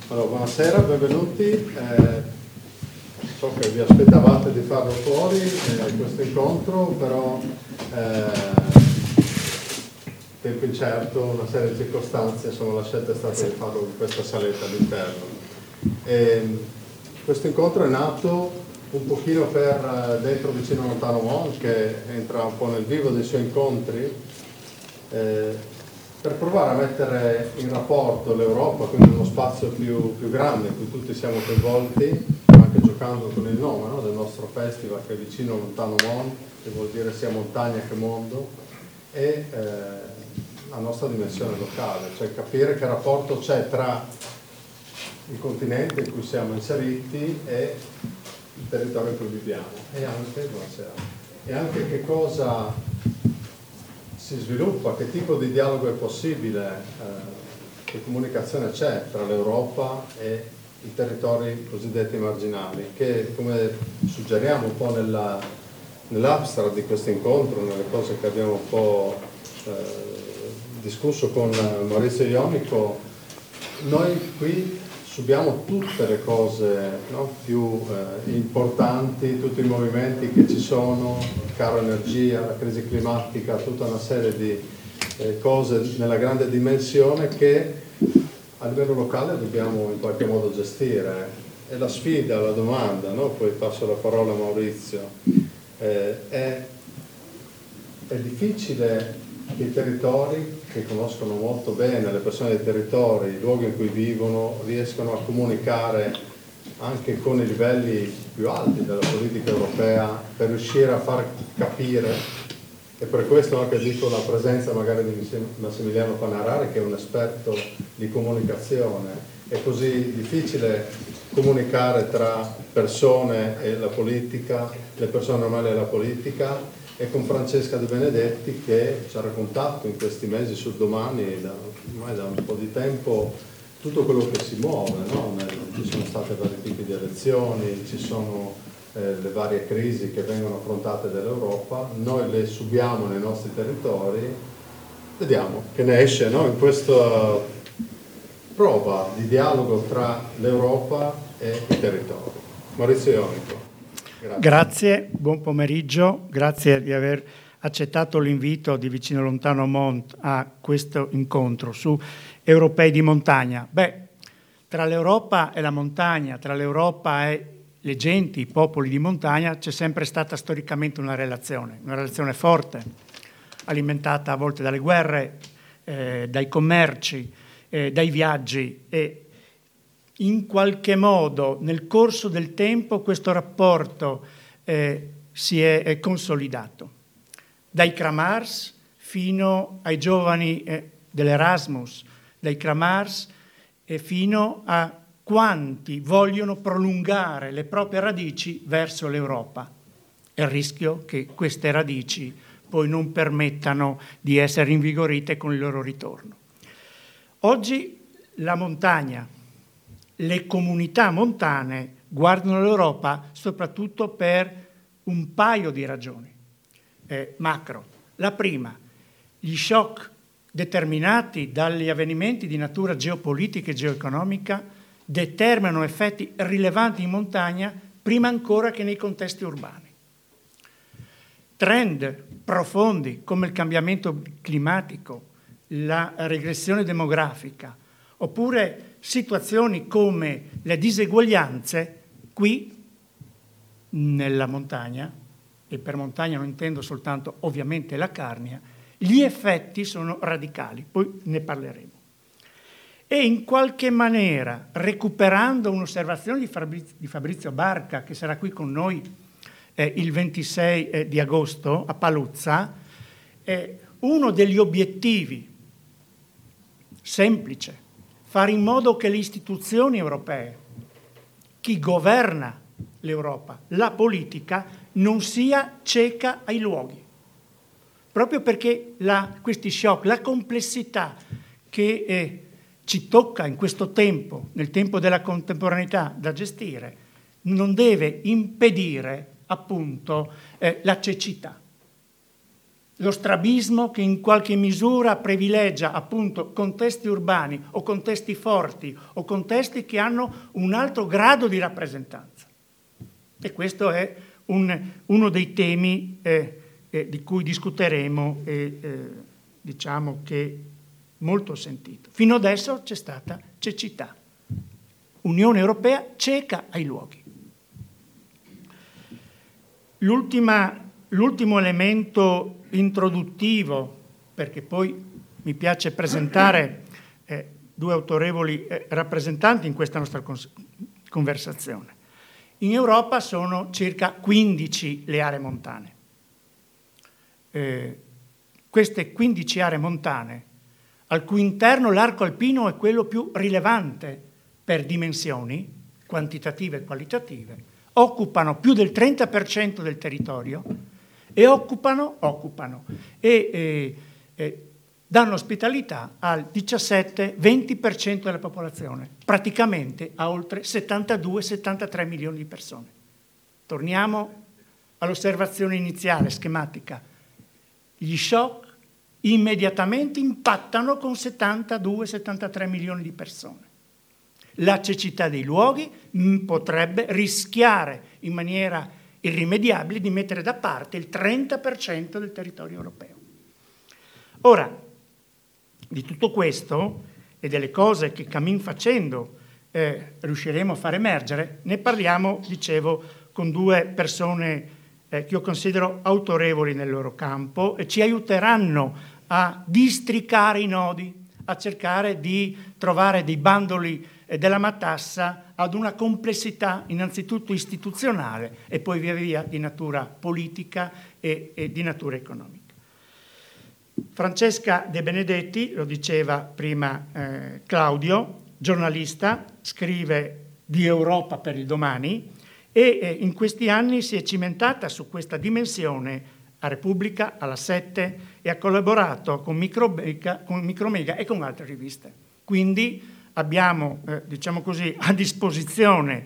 Allora, buonasera, benvenuti. So che vi aspettavate di farlo fuori questo incontro, però tempo incerto, una serie di circostanze, insomma la scelta è stata di farlo in questa saletta all'interno. Questo incontro è nato un pochino per dentro Vicino Lontano Mon, che entra un po' nel vivo dei suoi incontri, per provare a mettere in rapporto l'Europa, quindi uno spazio più grande in cui tutti siamo coinvolti, anche giocando con il nome, no, del nostro festival, che è Vicino Lontano Mon, che vuol dire sia montagna che mondo, e la nostra dimensione locale, cioè capire che rapporto c'è tra il continente in cui siamo inseriti e il territorio in cui viviamo, e anche che cosa si sviluppa, che tipo di dialogo è possibile, che comunicazione c'è tra l'Europa e i territori cosiddetti marginali, che, come suggeriamo un po' nell'abstract di questo incontro, nelle cose che abbiamo un po' discusso con Maurizio Ionico, noi qui subiamo tutte le cose, no, più importanti, tutti i movimenti che ci sono, il caro energia, la crisi climatica, tutta una serie di cose nella grande dimensione che a livello locale dobbiamo in qualche modo gestire. E la sfida, la domanda, no? Poi passo la parola a Maurizio, è difficile che i territori, che conoscono molto bene le persone dei territori, i luoghi in cui vivono, riescano a comunicare anche con i livelli più alti della politica europea per riuscire a far capire, e per questo anche dico la presenza magari di Massimiliano Panarari, che è un esperto di comunicazione. È così difficile comunicare tra persone e la politica, le persone normali e la polica, e con Francesca De Benedetti, che ci ha raccontato in questi mesi sul Domani, ormai da un po' di tempo, tutto quello che si muove, no? Ci sono state vari tipi di elezioni, ci sono le varie crisi che vengono affrontate dall'Europa, noi le subiamo nei nostri territori, vediamo che ne esce, no? In questa prova di dialogo tra l'Europa e i territori. Maurizio Ionico. Grazie, buon pomeriggio, grazie di aver accettato l'invito di Vicino Lontano Mont a questo incontro su Europei di Montagna. Tra l'Europa e la montagna, tra l'Europa e le genti, i popoli di montagna, c'è sempre stata storicamente una relazione forte, alimentata a volte dalle guerre, dai commerci, dai viaggi, e in qualche modo nel corso del tempo questo rapporto si è consolidato. Dai Kramars fino ai giovani dell'Erasmus, dai Kramars fino a quanti vogliono prolungare le proprie radici verso l'Europa. È il rischio che queste radici poi non permettano di essere invigorite con il loro ritorno. Oggi la montagna, le comunità montane guardano l'Europa soprattutto per un paio di ragioni macro. La prima, gli shock determinati dagli avvenimenti di natura geopolitica e geoeconomica determinano effetti rilevanti in montagna prima ancora che nei contesti urbani. Trend profondi come il cambiamento climatico, la regressione demografica, oppure situazioni come le diseguaglianze qui nella montagna, e per montagna non intendo soltanto ovviamente la Carnia, gli effetti sono radicali, poi ne parleremo. E in qualche maniera, recuperando un'osservazione di Fabrizio Barca, che sarà qui con noi il 26 di agosto a Paluzza, uno degli obiettivi semplice, fare in modo che le istituzioni europee, chi governa l'Europa, la politica, non sia cieca ai luoghi. Proprio perché questi shock, la complessità che ci tocca in questo tempo, nel tempo della contemporaneità da gestire, non deve impedire appunto la cecità. lo strabismo che in qualche misura privilegia appunto contesti urbani o contesti forti o contesti che hanno un alto grado di rappresentanza. E questo è uno dei temi di cui discuteremo diciamo che molto sentito. Fino adesso c'è stata cecità. Unione Europea cieca ai luoghi. L'ultimo elemento introduttivo, perché poi mi piace presentare due autorevoli rappresentanti in questa nostra conversazione. In Europa sono circa 15 le aree montane. Queste 15 aree montane, al cui interno l'arco alpino è quello più rilevante per dimensioni quantitative e qualitative, occupano più del 30% del territorio e occupano e danno ospitalità al 17-20% della popolazione, praticamente a oltre 72-73 milioni di persone. Torniamo all'osservazione iniziale, schematica. Gli shock immediatamente impattano con 72-73 milioni di persone. La cecità dei luoghi potrebbe rischiare in maniera irrimediabile di mettere da parte il 30% del territorio europeo. Ora, di tutto questo e delle cose che cammin facendo riusciremo a far emergere, ne parliamo, dicevo, con due persone che io considero autorevoli nel loro campo e ci aiuteranno a districare i nodi, a cercare di trovare dei bandoli della matassa ad una complessità innanzitutto istituzionale e poi via via di natura politica e di natura economica. Francesca De Benedetti, lo diceva prima Claudio, giornalista, scrive di Europa per il Domani e in questi anni si è cimentata su questa dimensione a Repubblica, alla 7 e ha collaborato con Micromega e con altre riviste. Quindi abbiamo, diciamo così, a disposizione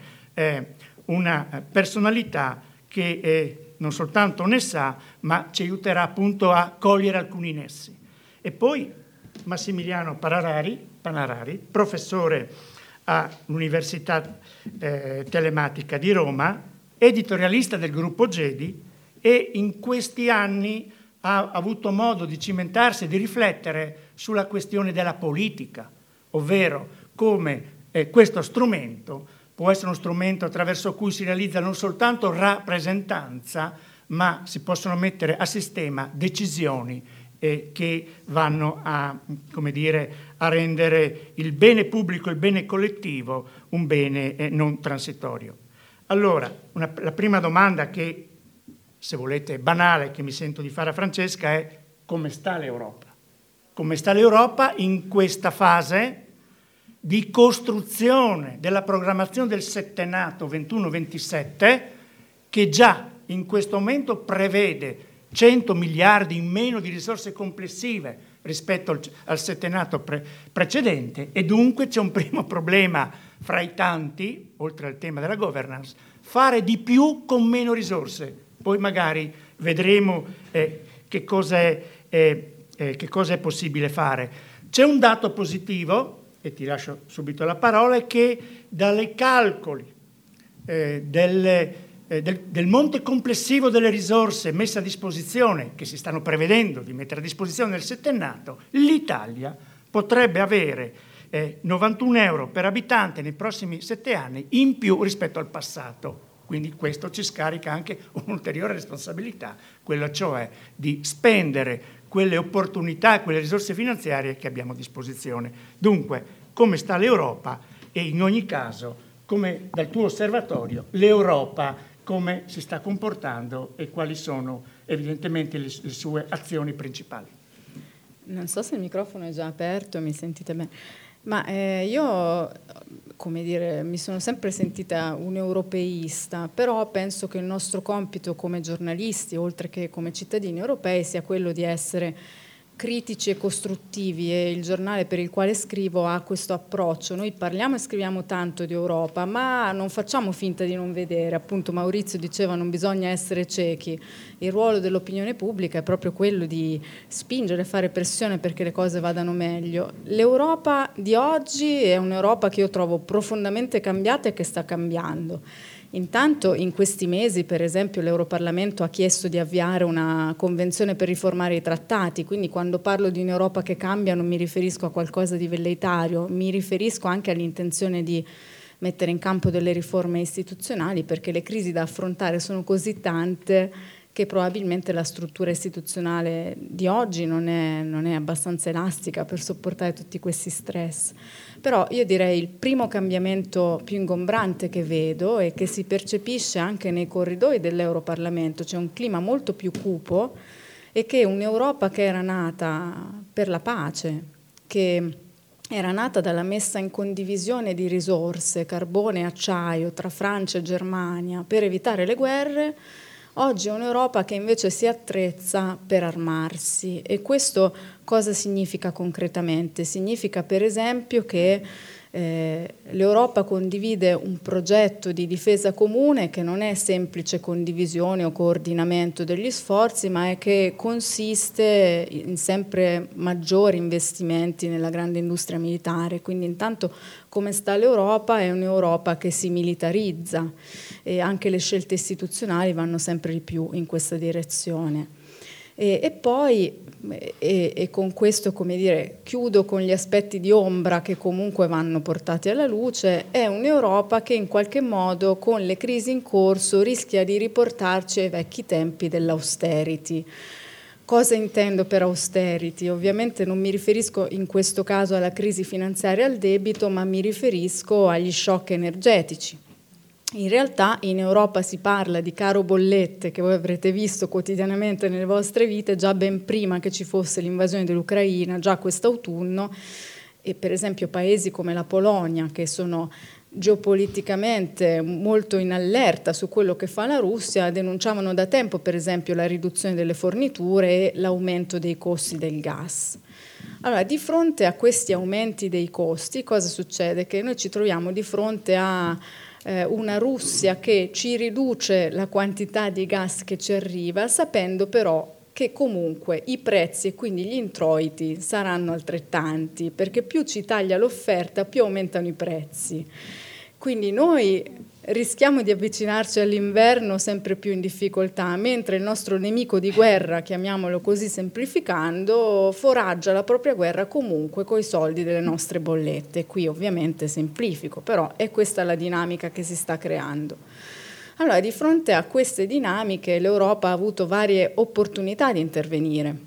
una personalità che non soltanto ne sa, ma ci aiuterà appunto a cogliere alcuni nessi. E poi Massimiliano Panarari, professore all'Università Telematica di Roma, editorialista del gruppo GEDI, e in questi anni ha avuto modo di cimentarsi e di riflettere sulla questione della politica, ovvero come questo strumento può essere uno strumento attraverso cui si realizza non soltanto rappresentanza, ma si possono mettere a sistema decisioni che vanno a, come dire, a rendere il bene pubblico, il bene collettivo, un bene non transitorio. Allora, la prima domanda che, se volete, banale, che mi sento di fare a Francesca è: come sta l'Europa? Come sta l'Europa in questa fase di costruzione della programmazione del settennato 21-27, che già in questo momento prevede 100 miliardi in meno di risorse complessive rispetto al settennato precedente, e dunque c'è un primo problema fra i tanti, oltre al tema della governance: fare di più con meno risorse. Poi magari vedremo che cosa è possibile fare. C'è un dato positivo, e ti lascio subito la parola, è che dai calcoli del monte complessivo delle risorse messe a disposizione, che si stanno prevedendo di mettere a disposizione nel settennato, l'Italia potrebbe avere 91 euro per abitante nei prossimi 7 anni in più rispetto al passato. Quindi questo ci scarica anche un'ulteriore responsabilità, quella cioè di spendere quelle opportunità, quelle risorse finanziarie che abbiamo a disposizione. Dunque, come sta l'Europa e in ogni caso, come dal tuo osservatorio, l'Europa come si sta comportando e quali sono evidentemente le sue azioni principali. Non so se il microfono è già aperto, mi sentite bene, ma io, come dire, mi sono sempre sentita un europeista, però penso che il nostro compito come giornalisti, oltre che come cittadini europei, sia quello di essere critici e costruttivi, e il giornale per il quale scrivo ha questo approccio. Noi parliamo e scriviamo tanto di Europa, ma non facciamo finta di non vedere. Appunto Maurizio diceva non bisogna essere ciechi. Il ruolo dell'opinione pubblica è proprio quello di spingere, fare pressione perché le cose vadano meglio. L'Europa di oggi è un'Europa che io trovo profondamente cambiata e che sta cambiando. Intanto in questi mesi, per esempio, l'Europarlamento ha chiesto di avviare una convenzione per riformare i trattati, quindi quando parlo di un'Europa che cambia non mi riferisco a qualcosa di velleitario, mi riferisco anche all'intenzione di mettere in campo delle riforme istituzionali, perché le crisi da affrontare sono così tante che probabilmente la struttura istituzionale di oggi non è abbastanza elastica per sopportare tutti questi stress. Però io direi il primo cambiamento più ingombrante che vedo e che si percepisce anche nei corridoi dell'Europarlamento, c'è un clima molto più cupo, e che un'Europa che era nata per la pace, che era nata dalla messa in condivisione di risorse, carbone e acciaio tra Francia e Germania per evitare le guerre, oggi è un'Europa che invece si attrezza per armarsi. E questo cosa significa concretamente? Significa per esempio che l'Europa condivide un progetto di difesa comune che non è semplice condivisione o coordinamento degli sforzi, ma è che consiste in sempre maggiori investimenti nella grande industria militare. Quindi intanto come sta l'Europa? È un'Europa che si militarizza e anche le scelte istituzionali vanno sempre di più in questa direzione. E poi, e con questo, come dire, chiudo con gli aspetti di ombra che comunque vanno portati alla luce, è un'Europa che in qualche modo con le crisi in corso rischia di riportarci ai vecchi tempi dell'austerity. Cosa intendo per austerity? Ovviamente non mi riferisco in questo caso alla crisi finanziaria e al debito, ma mi riferisco agli shock energetici. In realtà in Europa si parla di caro bollette che voi avrete visto quotidianamente nelle vostre vite già ben prima che ci fosse l'invasione dell'Ucraina, già quest'autunno, e per esempio paesi come la Polonia, che sono geopoliticamente molto in allerta su quello che fa la Russia, denunciavano da tempo per esempio la riduzione delle forniture e l'aumento dei costi del gas. Allora, di fronte a questi aumenti dei costi, cosa succede? Che noi ci troviamo di fronte a una Russia che ci riduce la quantità di gas che ci arriva, sapendo però che comunque i prezzi e quindi gli introiti saranno altrettanti, perché più ci taglia l'offerta, più aumentano i prezzi. Quindi noi rischiamo di avvicinarci all'inverno sempre più in difficoltà, mentre il nostro nemico di guerra, chiamiamolo così semplificando, foraggia la propria guerra comunque coi soldi delle nostre bollette. Qui ovviamente semplifico, però è questa la dinamica che si sta creando. Allora, di fronte a queste dinamiche l'Europa ha avuto varie opportunità di intervenire.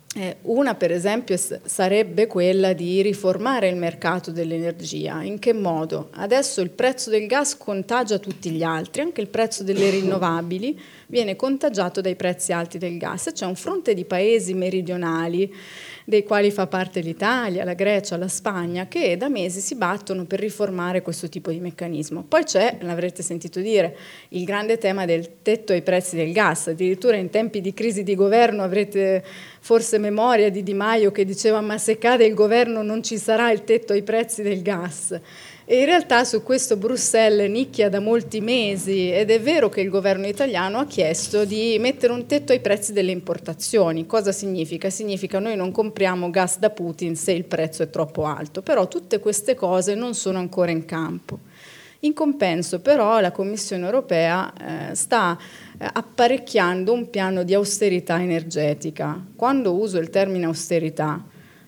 Una, per esempio, sarebbe quella di riformare il mercato dell'energia. In che modo? Adesso il prezzo del gas contagia tutti gli altri, anche il prezzo delle rinnovabili viene contagiato dai prezzi alti del gas. C'è un fronte di paesi meridionali, dei quali fa parte l'Italia, la Grecia, la Spagna, che da mesi si battono per riformare questo tipo di meccanismo. Poi c'è, l'avrete sentito dire, il grande tema del tetto ai prezzi del gas. Addirittura in tempi di crisi di governo avrete forse memoria di Di Maio che diceva ma se cade il governo non ci sarà il tetto ai prezzi del gas. E in realtà su questo Bruxelles nicchia da molti mesi, ed è vero che il governo italiano ha chiesto di mettere un tetto ai prezzi delle importazioni. Cosa significa? Significa noi non compriamo gas da Putin se il prezzo è troppo alto, però tutte queste cose non sono ancora in campo. In compenso però la Commissione europea sta apparecchiando un piano di austerità energetica. Quando uso il termine austerità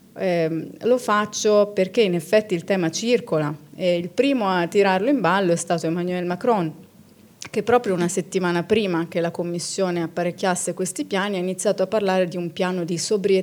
lo faccio perché in effetti il tema circola e il primo a tirarlo in ballo è stato Emmanuel Macron, che proprio una settimana prima che la Commissione apparecchiasse questi piani ha iniziato a parlare di un piano di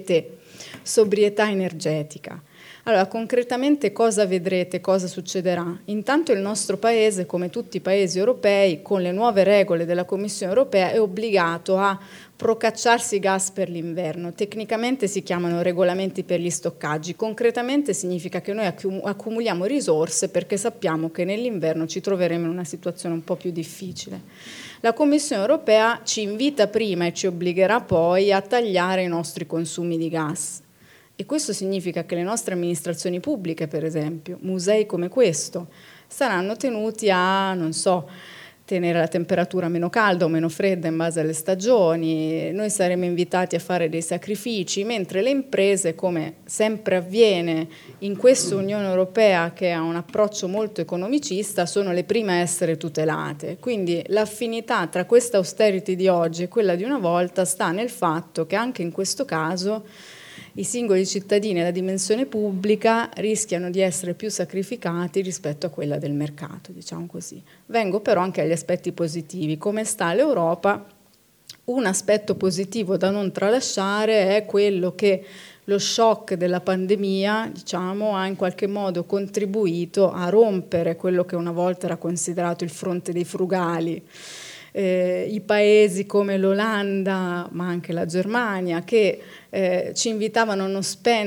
sobrietà energetica. Allora, concretamente cosa vedrete, cosa succederà? Intanto il nostro Paese, come tutti i Paesi europei, con le nuove regole della Commissione europea, è obbligato a procacciarsi gas per l'inverno. Tecnicamente si chiamano regolamenti per gli stoccaggi, concretamente significa che noi accumuliamo risorse perché sappiamo che nell'inverno ci troveremo in una situazione un po' più difficile. La Commissione europea ci invita prima e ci obbligherà poi a tagliare i nostri consumi di gas. E questo significa che le nostre amministrazioni pubbliche, per esempio, musei come questo, saranno tenuti a, non so, tenere la temperatura meno calda o meno fredda in base alle stagioni, noi saremo invitati a fare dei sacrifici, mentre le imprese, come sempre avviene in questa Unione Europea che ha un approccio molto economicista, sono le prime a essere tutelate. Quindi l'affinità tra questa austerity di oggi e quella di una volta sta nel fatto che anche in questo caso i singoli cittadini e la dimensione pubblica rischiano di essere più sacrificati rispetto a quella del mercato, diciamo così. Vengo però anche agli aspetti positivi. Come sta l'Europa? Un aspetto positivo da non tralasciare è quello che lo shock della pandemia, diciamo, ha in qualche modo contribuito a rompere quello che una volta era considerato il fronte dei frugali. I paesi come l'Olanda, ma anche la Germania, che ci invitavano a non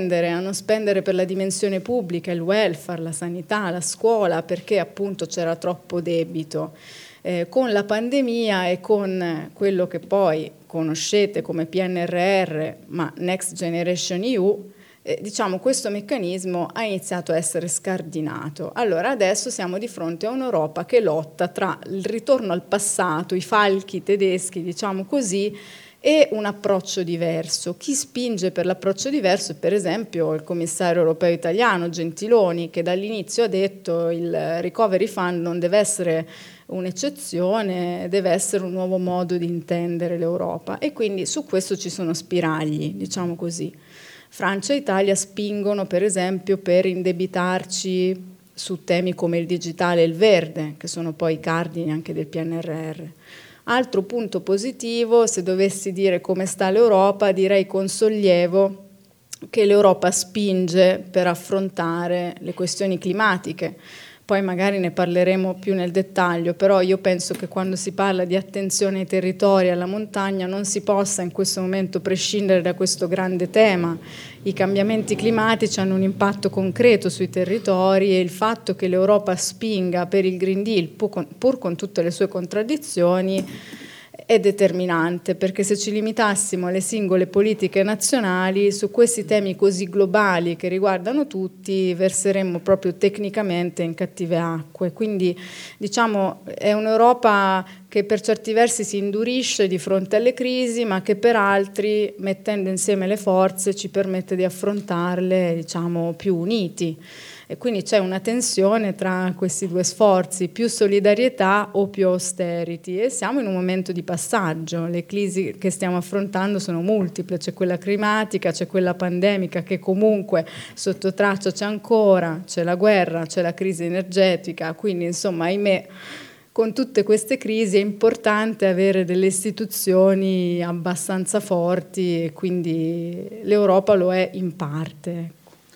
spendere per la dimensione pubblica, il welfare, la sanità, la scuola, perché appunto c'era troppo debito. Con la pandemia e con quello che poi conoscete come PNRR, ma Next Generation EU, diciamo questo meccanismo ha iniziato a essere scardinato. Allora adesso siamo di fronte a un'Europa che lotta tra il ritorno al passato, i falchi tedeschi, diciamo così, e un approccio diverso. Chi spinge per l'approccio diverso è per esempio il commissario europeo italiano Gentiloni, che dall'inizio ha detto il Recovery Fund non deve essere un'eccezione, deve essere un nuovo modo di intendere l'Europa, e quindi su questo ci sono spiragli, diciamo così. Francia e Italia spingono per esempio per indebitarci su temi come il digitale e il verde, che sono poi i cardini anche del PNRR. Altro punto positivo, se dovessi dire come sta l'Europa, direi con sollievo che l'Europa spinge per affrontare le questioni climatiche. Poi magari ne parleremo più nel dettaglio, però io penso che quando si parla di attenzione ai territori e alla montagna non si possa in questo momento prescindere da questo grande tema. I cambiamenti climatici hanno un impatto concreto sui territori e il fatto che l'Europa spinga per il Green Deal, pur con tutte le sue contraddizioni, è determinante, perché se ci limitassimo alle singole politiche nazionali su questi temi così globali che riguardano tutti, verseremmo proprio tecnicamente in cattive acque. Quindi diciamo è un'Europa che per certi versi si indurisce di fronte alle crisi, ma che per altri, mettendo insieme le forze, ci permette di affrontarle, diciamo, più uniti. E quindi c'è una tensione tra questi due sforzi, più solidarietà o più austerity, e siamo in un momento di passaggio. Le crisi che stiamo affrontando sono multiple, c'è quella climatica, c'è quella pandemica che comunque sotto traccia c'è ancora, c'è la guerra, c'è la crisi energetica, quindi insomma, ahimè, con tutte queste crisi è importante avere delle istituzioni abbastanza forti, e quindi l'Europa lo è in parte.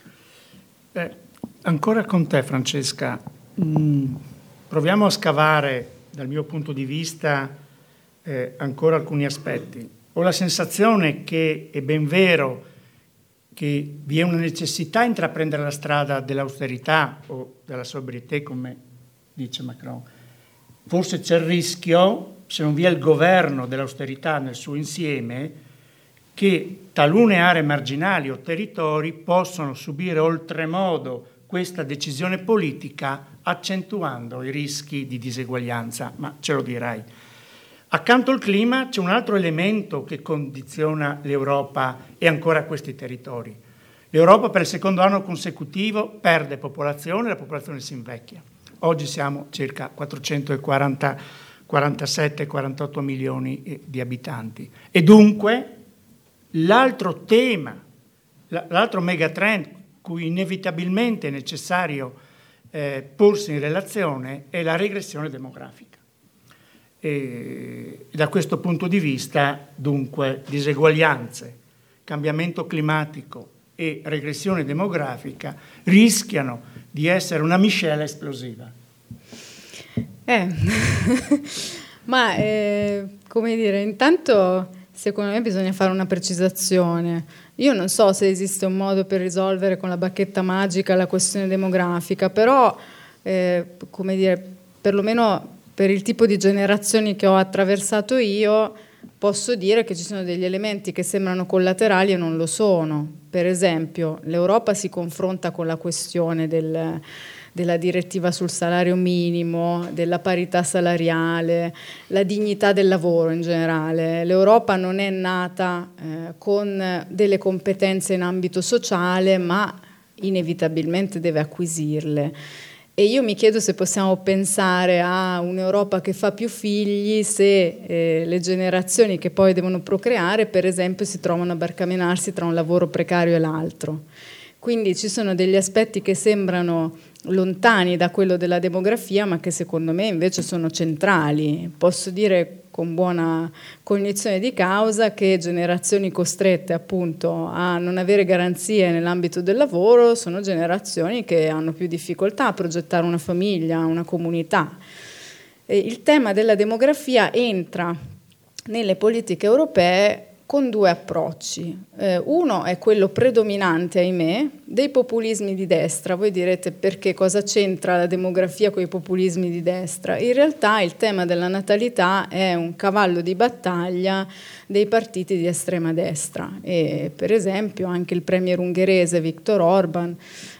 Ancora con te, Francesca, proviamo a scavare dal mio punto di vista ancora alcuni aspetti. Ho la sensazione che è ben vero che vi è una necessità di intraprendere la strada dell'austerità o della sobrietà, come dice Macron. Forse c'è il rischio, se non vi è il governo dell'austerità nel suo insieme, che talune aree marginali o territori possono subire oltremodo questa decisione politica, accentuando i rischi di diseguaglianza, ma ce lo dirai. Accanto al clima c'è un altro elemento che condiziona l'Europa e ancora questi territori. L'Europa per il secondo anno consecutivo perde popolazione, la popolazione si invecchia. Oggi siamo circa 447-48 milioni di abitanti. E dunque l'altro tema, l'altro megatrend cui inevitabilmente è necessario porsi in relazione è la regressione demografica. E da questo punto di vista, dunque, diseguaglianze, cambiamento climatico e regressione demografica rischiano di essere una miscela esplosiva. Ma come dire, intanto secondo me bisogna fare una precisazione. Io non so se esiste un modo per risolvere con la bacchetta magica la questione demografica, però come dire, perlomeno per il tipo di generazioni che ho attraversato io, posso dire che ci sono degli elementi che sembrano collaterali e non lo sono. Per esempio, l'Europa si confronta con la questione della direttiva sul salario minimo, della parità salariale, la dignità del lavoro in generale. L'Europa non è nata con delle competenze in ambito sociale, ma inevitabilmente deve acquisirle. E io mi chiedo se possiamo pensare a un'Europa che fa più figli se le generazioni che poi devono procreare, per esempio, si trovano a barcamenarsi tra un lavoro precario e l'altro. Quindi ci sono degli aspetti che sembrano lontani da quello della demografia, ma che secondo me invece sono centrali. Posso dire con buona cognizione di causa che generazioni costrette appunto a non avere garanzie nell'ambito del lavoro sono generazioni che hanno più difficoltà a progettare una famiglia, una comunità. E il tema della demografia entra nelle politiche europee con due approcci. Uno è quello predominante, ahimè, dei populismi di destra. Voi direte perché cosa c'entra la demografia con i populismi di destra? In realtà il tema della natalità è un cavallo di battaglia dei partiti di estrema destra e per esempio anche il premier ungherese Viktor Orban,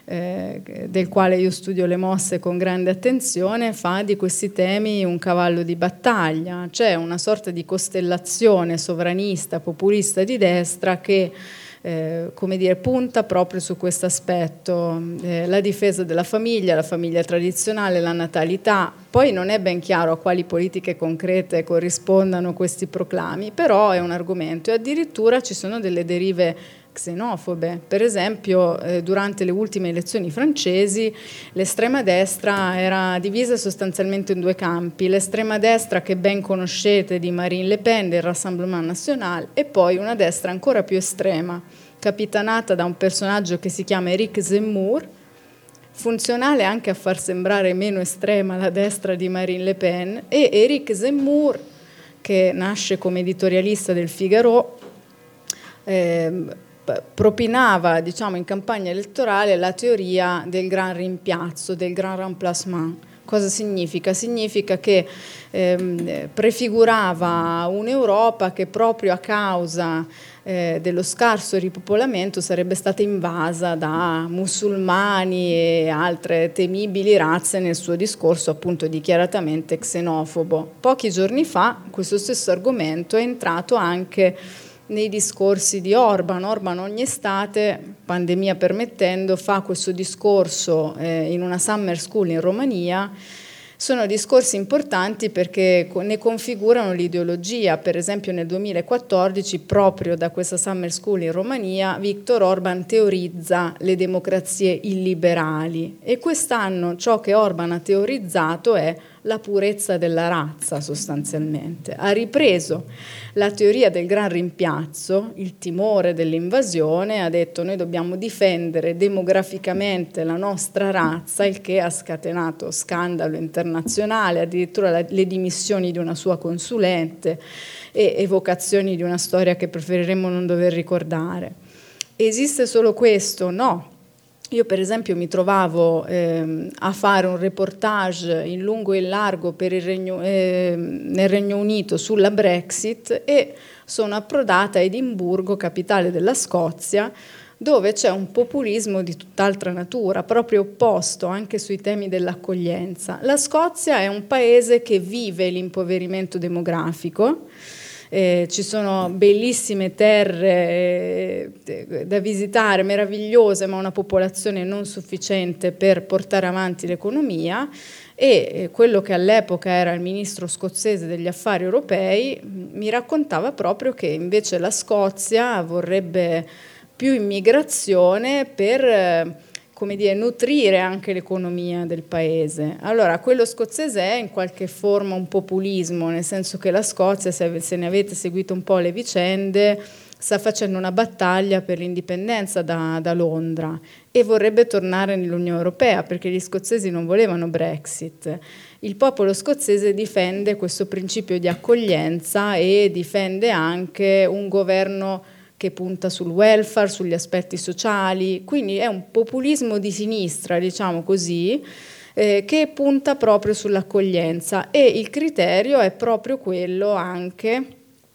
del quale io studio le mosse con grande attenzione, fa di questi temi un cavallo di battaglia. C'è una sorta di costellazione sovranista, populista di destra che come dire, punta proprio su questo aspetto, la difesa della famiglia, la famiglia tradizionale, la natalità. Poi non è ben chiaro a quali politiche concrete corrispondano questi proclami, però è un argomento e addirittura ci sono delle derive xenofobe. Per esempio, durante le ultime elezioni francesi l'estrema destra era divisa sostanzialmente in due campi: l'estrema destra che ben conoscete di Marine Le Pen, del Rassemblement National, e poi una destra ancora più estrema, capitanata da un personaggio che si chiama Éric Zemmour, funzionale anche a far sembrare meno estrema la destra di Marine Le Pen. E Éric Zemmour, che nasce come editorialista del Figaro, propinava, diciamo, in campagna elettorale la teoria del gran rimpiazzo, del gran remplacement. Cosa significa? Significa che prefigurava un'Europa che proprio a causa dello scarso ripopolamento sarebbe stata invasa da musulmani e altre temibili razze, nel suo discorso appunto dichiaratamente xenofobo. Pochi giorni fa questo stesso argomento è entrato anche nei discorsi di Orban. Orban ogni estate, pandemia permettendo, fa questo discorso in una summer school in Romania. Sono discorsi importanti perché ne configurano l'ideologia. Per esempio nel 2014, proprio da questa summer school in Romania, Viktor Orban teorizza le democrazie illiberali e quest'anno ciò che Orban ha teorizzato è la purezza della razza, sostanzialmente. Ha ripreso la teoria del gran rimpiazzo, il timore dell'invasione, ha detto noi dobbiamo difendere demograficamente la nostra razza, il che ha scatenato scandalo internazionale, addirittura le dimissioni di una sua consulente e evocazioni di una storia che preferiremmo non dover ricordare. Esiste solo questo? No. Io per esempio mi trovavo a fare un reportage in lungo e in largo per nel Regno Unito sulla Brexit e sono approdata a Edimburgo, capitale della Scozia, dove c'è un populismo di tutt'altra natura, proprio opposto anche sui temi dell'accoglienza. La Scozia è un paese che vive l'impoverimento demografico. Ci sono bellissime terre da visitare, meravigliose, ma una popolazione non sufficiente per portare avanti l'economia e quello che all'epoca era il ministro scozzese degli affari europei mi raccontava proprio che invece la Scozia vorrebbe più immigrazione per come dire, nutrire anche l'economia del paese. Allora, quello scozzese è in qualche forma un populismo, nel senso che la Scozia, se ne avete seguito un po' le vicende, sta facendo una battaglia per l'indipendenza da Londra e vorrebbe tornare nell'Unione Europea perché gli scozzesi non volevano Brexit. Il popolo scozzese difende questo principio di accoglienza e difende anche un governo che punta sul welfare, sugli aspetti sociali, quindi è un populismo di sinistra, diciamo così, che punta proprio sull'accoglienza e il criterio è proprio quello anche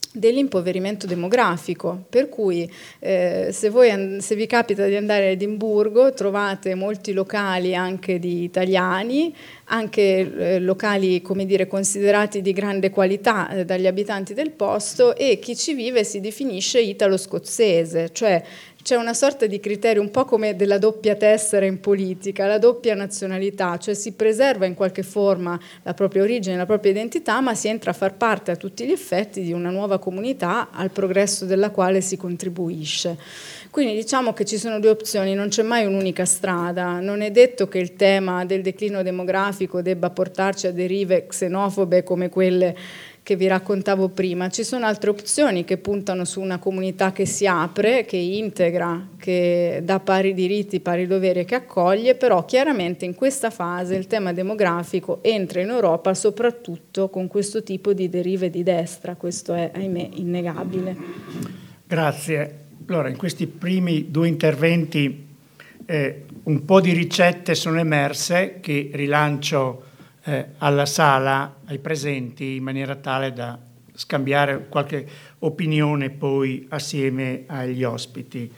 dell'impoverimento demografico, per cui se vi capita di andare a Edimburgo trovate molti locali anche di italiani, anche locali, come dire, considerati di grande qualità dagli abitanti del posto, e chi ci vive si definisce italo-scozzese, cioè c'è una sorta di criterio un po' come della doppia tessera in politica, la doppia nazionalità, cioè si preserva in qualche forma la propria origine, la propria identità, ma si entra a far parte a tutti gli effetti di una nuova comunità al progresso della quale si contribuisce. Quindi diciamo che ci sono due opzioni, non c'è mai un'unica strada, non è detto che il tema del declino demografico debba portarci a derive xenofobe come quelle che vi raccontavo prima. Ci sono altre opzioni che puntano su una comunità che si apre, che integra, che dà pari diritti, pari doveri e che accoglie, però chiaramente in questa fase il tema demografico entra in Europa soprattutto con questo tipo di derive di destra, questo è ahimè innegabile. Grazie. Allora, in questi primi due interventi un po' di ricette sono emerse che rilancio alla sala, ai presenti, in maniera tale da scambiare qualche opinione poi assieme agli ospiti.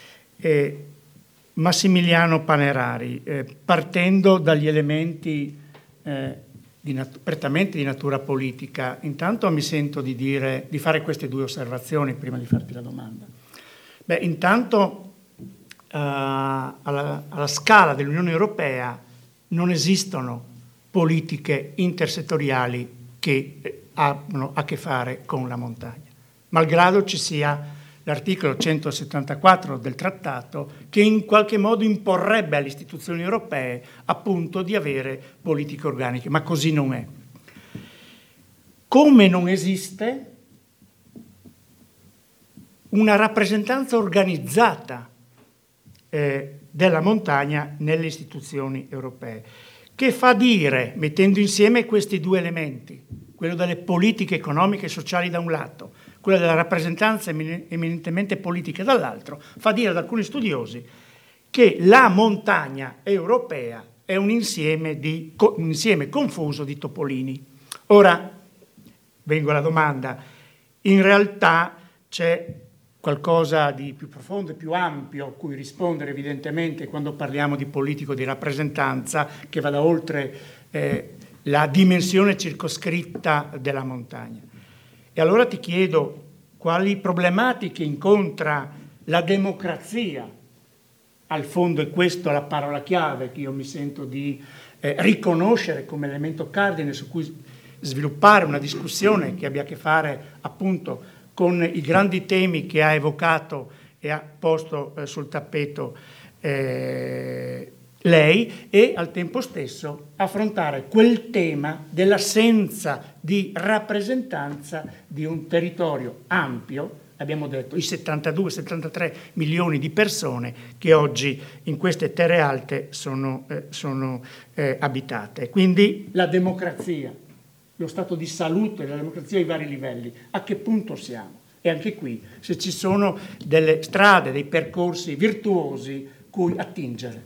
Massimiliano Panerari, partendo dagli elementi prettamente di natura politica, intanto mi sento di fare queste due osservazioni prima di farti la domanda. Beh, intanto alla scala dell'Unione Europea non esistono politiche intersettoriali che hanno a che fare con la montagna, malgrado ci sia l'articolo 174 del trattato che in qualche modo imporrebbe alle istituzioni europee appunto di avere politiche organiche, ma così non è. Come non esiste una rappresentanza organizzata della montagna nelle istituzioni europee, che fa dire, mettendo insieme questi due elementi, quello delle politiche economiche e sociali da un lato, quello della rappresentanza eminentemente politica dall'altro, fa dire ad alcuni studiosi che la montagna europea è un insieme confuso di topolini. Ora, vengo alla domanda, in realtà c'è qualcosa di più profondo e più ampio a cui rispondere evidentemente quando parliamo di politico di rappresentanza che vada oltre la dimensione circoscritta della montagna. E allora ti chiedo quali problematiche incontra la democrazia. Al fondo è questa la parola chiave che io mi sento di riconoscere come elemento cardine su cui sviluppare una discussione che abbia a che fare appunto con i grandi temi che ha evocato e ha posto sul tappeto lei, e al tempo stesso affrontare quel tema dell'assenza di rappresentanza di un territorio ampio, abbiamo detto, i 72-73 milioni di persone che oggi in queste terre alte sono abitate. Quindi la democrazia, lo stato di salute della democrazia ai vari livelli, a che punto siamo? E anche qui, se ci sono delle strade, dei percorsi virtuosi cui attingere.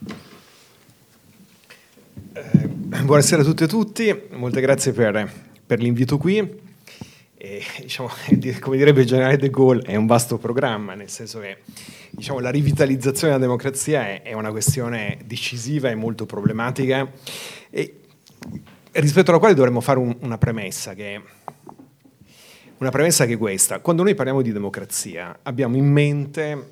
Buonasera a tutte e a tutti, molte grazie per l'invito qui. E, diciamo, come direbbe il generale De Gaulle, è un vasto programma, nel senso che diciamo, la rivitalizzazione della democrazia è una questione decisiva e molto problematica, e rispetto alla quale dovremmo fare una premessa che è questa. Quando noi parliamo di democrazia abbiamo in mente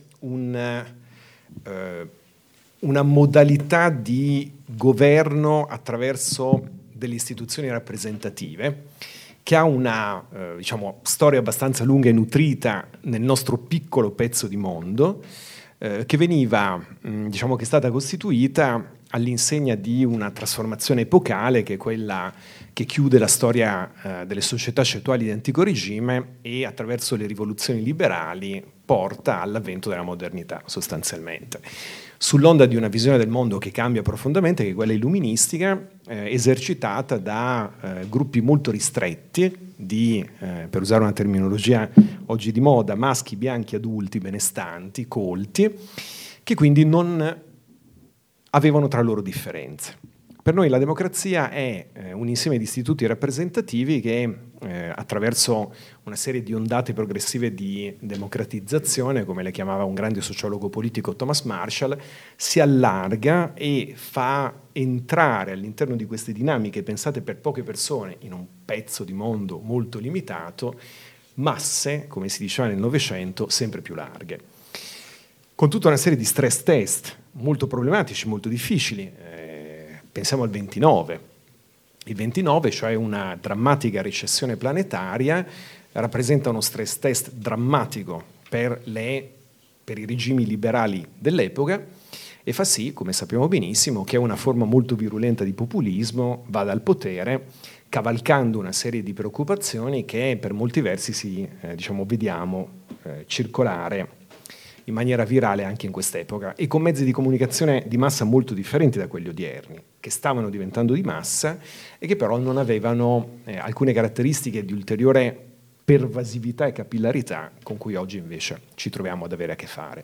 una modalità di governo attraverso delle istituzioni rappresentative che ha una storia abbastanza lunga e nutrita nel nostro piccolo pezzo di mondo, che veniva, che è stata costituita all'insegna di una trasformazione epocale che è quella che chiude la storia delle società cetuali di antico regime e attraverso le rivoluzioni liberali porta all'avvento della modernità sostanzialmente. Sull'onda di una visione del mondo che cambia profondamente, che è quella illuministica, esercitata da gruppi molto ristretti di, per usare una terminologia oggi di moda, maschi bianchi adulti benestanti, colti, che quindi non avevano tra loro differenze. Per noi la democrazia è un insieme di istituti rappresentativi che attraverso una serie di ondate progressive di democratizzazione, come le chiamava un grande sociologo politico Thomas Marshall, si allarga e fa entrare all'interno di queste dinamiche pensate per poche persone in un pezzo di mondo molto limitato, masse, come si diceva nel Novecento, sempre più larghe. Con tutta una serie di stress test molto problematici, molto difficili. Pensiamo al 29. Il 29, cioè una drammatica recessione planetaria, rappresenta uno stress test drammatico per i regimi liberali dell'epoca e fa sì, come sappiamo benissimo, che una forma molto virulenta di populismo vada al potere, cavalcando una serie di preoccupazioni che per molti versi vediamo circolare in maniera virale anche in quest'epoca, e con mezzi di comunicazione di massa molto differenti da quelli odierni, che stavano diventando di massa e che però non avevano alcune caratteristiche di ulteriore pervasività e capillarità con cui oggi invece ci troviamo ad avere a che fare.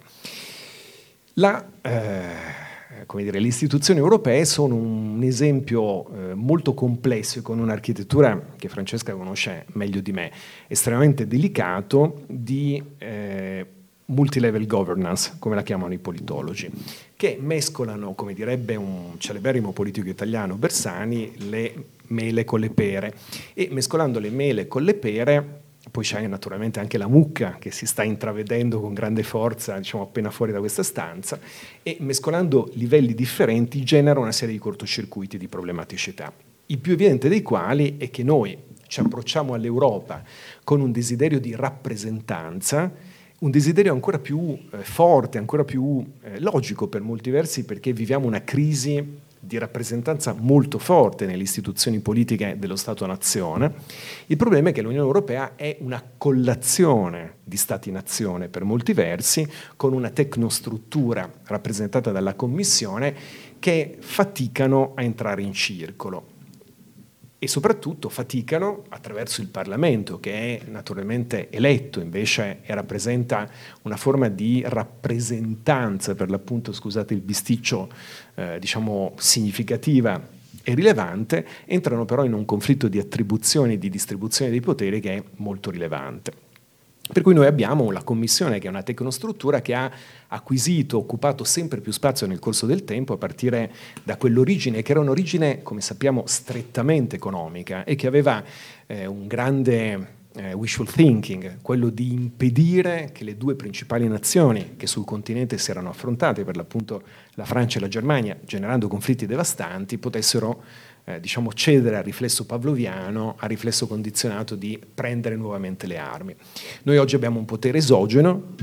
Le istituzioni europee sono un esempio molto complesso e con un'architettura che Francesca conosce meglio di me, estremamente delicato di multilevel governance, come la chiamano i politologi, che mescolano, come direbbe un celeberrimo politico italiano, Bersani, le mele con le pere, e mescolando le mele con le pere poi c'è naturalmente anche la mucca che si sta intravedendo con grande forza, appena fuori da questa stanza, e mescolando livelli differenti genera una serie di cortocircuiti di problematicità, il più evidente dei quali è che noi ci approcciamo all'Europa con un desiderio di rappresentanza, un desiderio ancora più forte, ancora più logico per molti versi, perché viviamo una crisi di rappresentanza molto forte nelle istituzioni politiche dello Stato-nazione. Il problema è che l'Unione Europea è una collazione di Stati-nazione per molti versi, con una tecnostruttura rappresentata dalla Commissione che faticano a entrare in circolo. E soprattutto faticano attraverso il Parlamento, che è naturalmente eletto invece e rappresenta una forma di rappresentanza, per l'appunto, scusate il bisticcio, significativa e rilevante, entrano però in un conflitto di attribuzioni e di distribuzione dei poteri che è molto rilevante. Per cui noi abbiamo la Commissione, che è una tecnostruttura che ha acquisito, occupato sempre più spazio nel corso del tempo, a partire da quell'origine, che era un'origine, come sappiamo, strettamente economica e che aveva un grande wishful thinking, quello di impedire che le due principali nazioni che sul continente si erano affrontate, per l'appunto la Francia e la Germania, generando conflitti devastanti, potessero cedere al riflesso pavloviano, al riflesso condizionato di prendere nuovamente le armi. Noi oggi abbiamo un potere esogeno,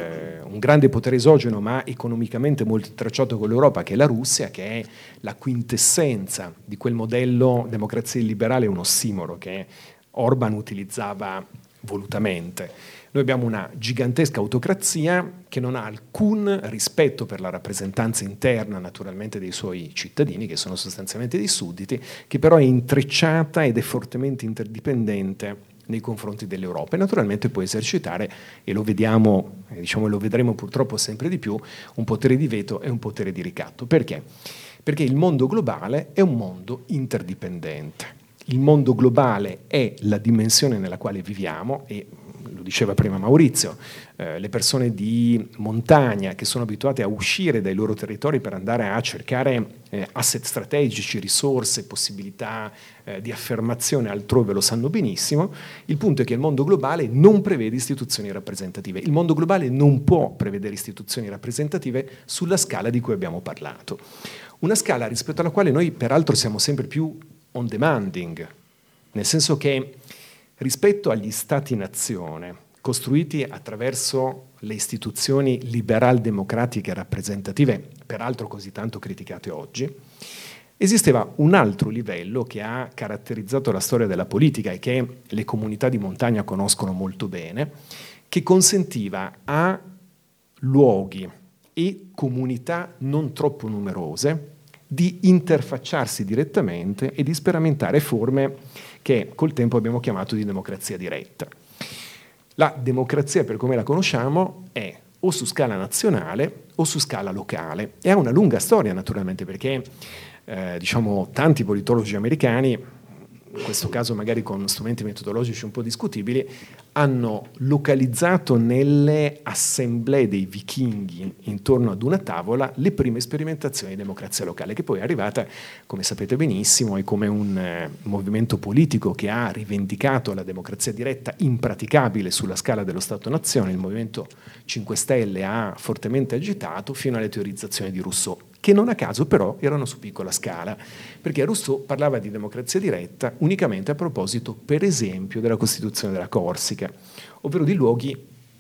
un grande potere esogeno, ma economicamente molto intrecciato con l'Europa, che è la Russia, che è la quintessenza di quel modello democrazia illiberale, un ossimoro che Orban utilizzava volutamente. Noi abbiamo una gigantesca autocrazia che non ha alcun rispetto per la rappresentanza interna, naturalmente, dei suoi cittadini, che sono sostanzialmente dei sudditi, che però è intrecciata ed è fortemente interdipendente nei confronti dell'Europa e naturalmente può esercitare, e lo vediamo, lo vedremo purtroppo sempre di più, un potere di veto e un potere di ricatto. Perché? Perché il mondo globale è un mondo interdipendente. Il mondo globale è la dimensione nella quale viviamo e lo diceva prima Maurizio, le persone di montagna che sono abituate a uscire dai loro territori per andare a cercare asset strategici, risorse, possibilità di affermazione altrove lo sanno benissimo. Il punto è che il mondo globale non prevede istituzioni rappresentative. Il mondo globale non può prevedere istituzioni rappresentative sulla scala di cui abbiamo parlato. Una scala rispetto alla quale noi peraltro siamo sempre più on demanding, nel senso che rispetto agli Stati-nazione costruiti attraverso le istituzioni liberal-democratiche rappresentative, peraltro così tanto criticate oggi, esisteva un altro livello che ha caratterizzato la storia della politica e che le comunità di montagna conoscono molto bene, che consentiva a luoghi e comunità non troppo numerose di interfacciarsi direttamente e di sperimentare forme che col tempo abbiamo chiamato di democrazia diretta. La democrazia, per come la conosciamo, è o su scala nazionale o su scala locale e ha una lunga storia, naturalmente, perché tanti politologi americani, in questo caso magari con strumenti metodologici un po' discutibili, hanno localizzato nelle assemblee dei vichinghi intorno ad una tavola le prime sperimentazioni di democrazia locale, che poi è arrivata, come sapete benissimo, è come un movimento politico che ha rivendicato la democrazia diretta impraticabile sulla scala dello Stato-nazione. Il Movimento 5 Stelle ha fortemente agitato fino alle teorizzazioni di Rousseau, che non a caso però erano su piccola scala, perché Rousseau parlava di democrazia diretta unicamente a proposito, per esempio, della Costituzione della Corsica, ovvero di luoghi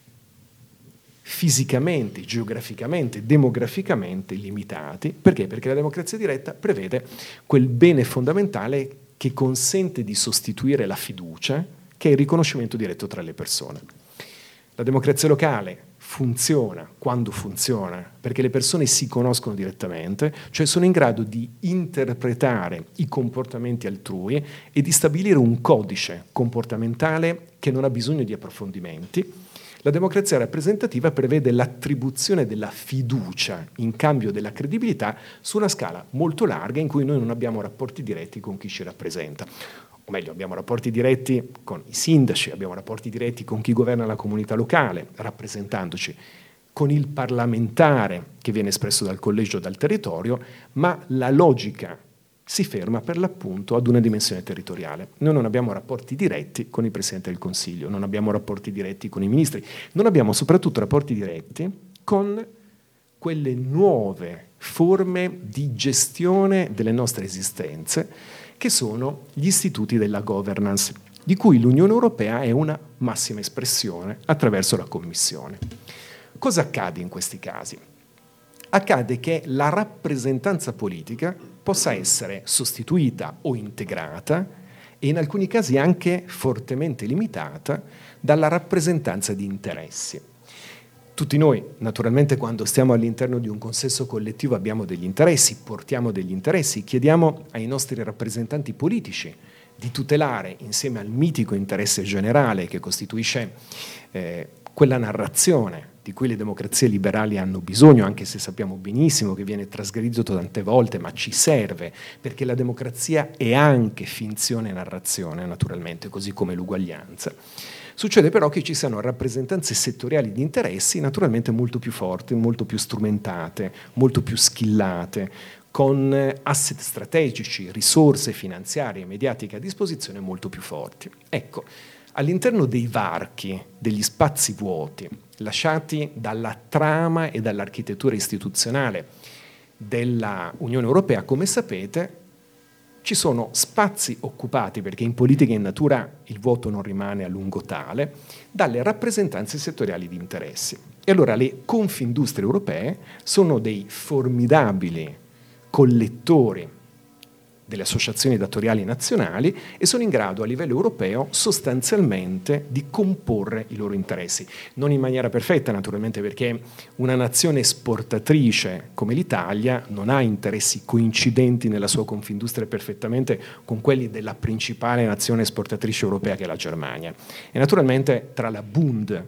fisicamente, geograficamente, demograficamente limitati. Perché? Perché la democrazia diretta prevede quel bene fondamentale che consente di sostituire la fiducia, che è il riconoscimento diretto tra le persone. La democrazia locale funziona quando funziona, perché le persone si conoscono direttamente, cioè sono in grado di interpretare i comportamenti altrui e di stabilire un codice comportamentale che non ha bisogno di approfondimenti. La democrazia rappresentativa prevede l'attribuzione della fiducia in cambio della credibilità su una scala molto larga in cui noi non abbiamo rapporti diretti con chi ci rappresenta. O meglio, abbiamo rapporti diretti con i sindaci, abbiamo rapporti diretti con chi governa la comunità locale, rappresentandoci, con il parlamentare che viene espresso dal collegio o dal territorio, ma la logica si ferma per l'appunto ad una dimensione territoriale. Noi non abbiamo rapporti diretti con il Presidente del Consiglio, non abbiamo rapporti diretti con i ministri, non abbiamo soprattutto rapporti diretti con quelle nuove forme di gestione delle nostre esistenze, che sono gli istituti della governance, di cui l'Unione Europea è una massima espressione attraverso la Commissione. Cosa accade in questi casi? Accade che la rappresentanza politica possa essere sostituita o integrata e in alcuni casi anche fortemente limitata dalla rappresentanza di interessi. Tutti noi, naturalmente, quando stiamo all'interno di un consesso collettivo abbiamo degli interessi, portiamo degli interessi, chiediamo ai nostri rappresentanti politici di tutelare, insieme al mitico interesse generale che costituisce quella narrazione di cui le democrazie liberali hanno bisogno, anche se sappiamo benissimo che viene trasgredito tante volte, ma ci serve, perché la democrazia è anche finzione e narrazione, naturalmente, così come l'uguaglianza. Succede però che ci siano rappresentanze settoriali di interessi naturalmente molto più forti, molto più strumentate, molto più skillate, con asset strategici, risorse finanziarie e mediatiche a disposizione molto più forti. Ecco, all'interno dei varchi, degli spazi vuoti, lasciati dalla trama e dall'architettura istituzionale della Unione Europea, come sapete, ci sono spazi occupati, perché in politica e in natura il vuoto non rimane a lungo tale, dalle rappresentanze settoriali di interessi. E allora le confindustrie europee sono dei formidabili collettori delle associazioni datoriali nazionali e sono in grado a livello europeo sostanzialmente di comporre i loro interessi. Non in maniera perfetta, naturalmente, perché una nazione esportatrice come l'Italia non ha interessi coincidenti nella sua confindustria perfettamente con quelli della principale nazione esportatrice europea, che è la Germania. E naturalmente tra la Bund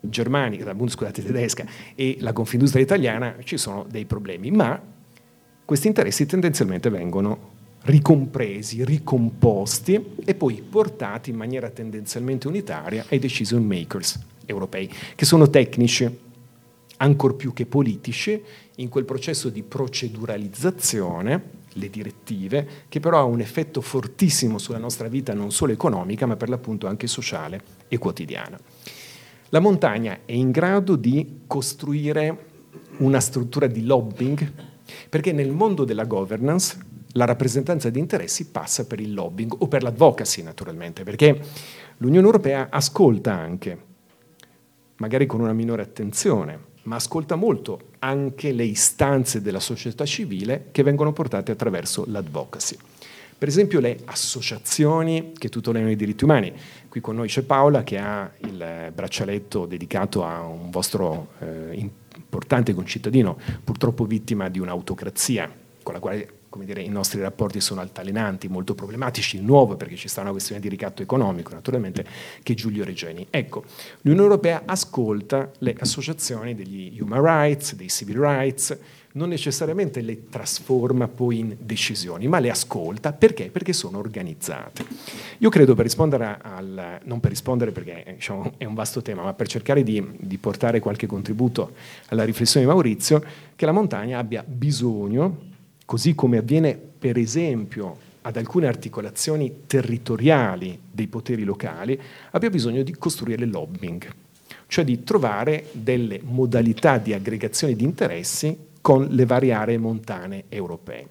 tedesca e la confindustria italiana ci sono dei problemi, ma questi interessi tendenzialmente vengono ricompresi, ricomposti e poi portati in maniera tendenzialmente unitaria ai decision makers europei, che sono tecnici, ancor più che politici, in quel processo di proceduralizzazione, le direttive, che però ha un effetto fortissimo sulla nostra vita non solo economica, ma per l'appunto anche sociale e quotidiana. La montagna è in grado di costruire una struttura di lobbying, perché nel mondo della governance la rappresentanza di interessi passa per il lobbying o per l'advocacy, naturalmente, perché l'Unione Europea ascolta anche, magari con una minore attenzione, ma ascolta molto anche le istanze della società civile che vengono portate attraverso l'advocacy. Per esempio le associazioni che tutelano i diritti umani. Qui con noi c'è Paola che ha il braccialetto dedicato a un vostro importante concittadino, purtroppo vittima di un'autocrazia, con la quale, come dire, i nostri rapporti sono altalenanti, molto problematici, nuovo perché ci sta una questione di ricatto economico, naturalmente, che è Giulio Regeni. Ecco, l'Unione Europea ascolta le associazioni degli human rights, dei civil rights, non necessariamente le trasforma poi in decisioni, ma le ascolta. Perché? Perché sono organizzate. Io credo, per rispondere non per rispondere perché diciamo, è un vasto tema, ma per cercare di portare qualche contributo alla riflessione di Maurizio, che la montagna abbia bisogno, così come avviene per esempio ad alcune articolazioni territoriali dei poteri locali, abbia bisogno di costruire lobbying, cioè di trovare delle modalità di aggregazione di interessi con le varie aree montane europee.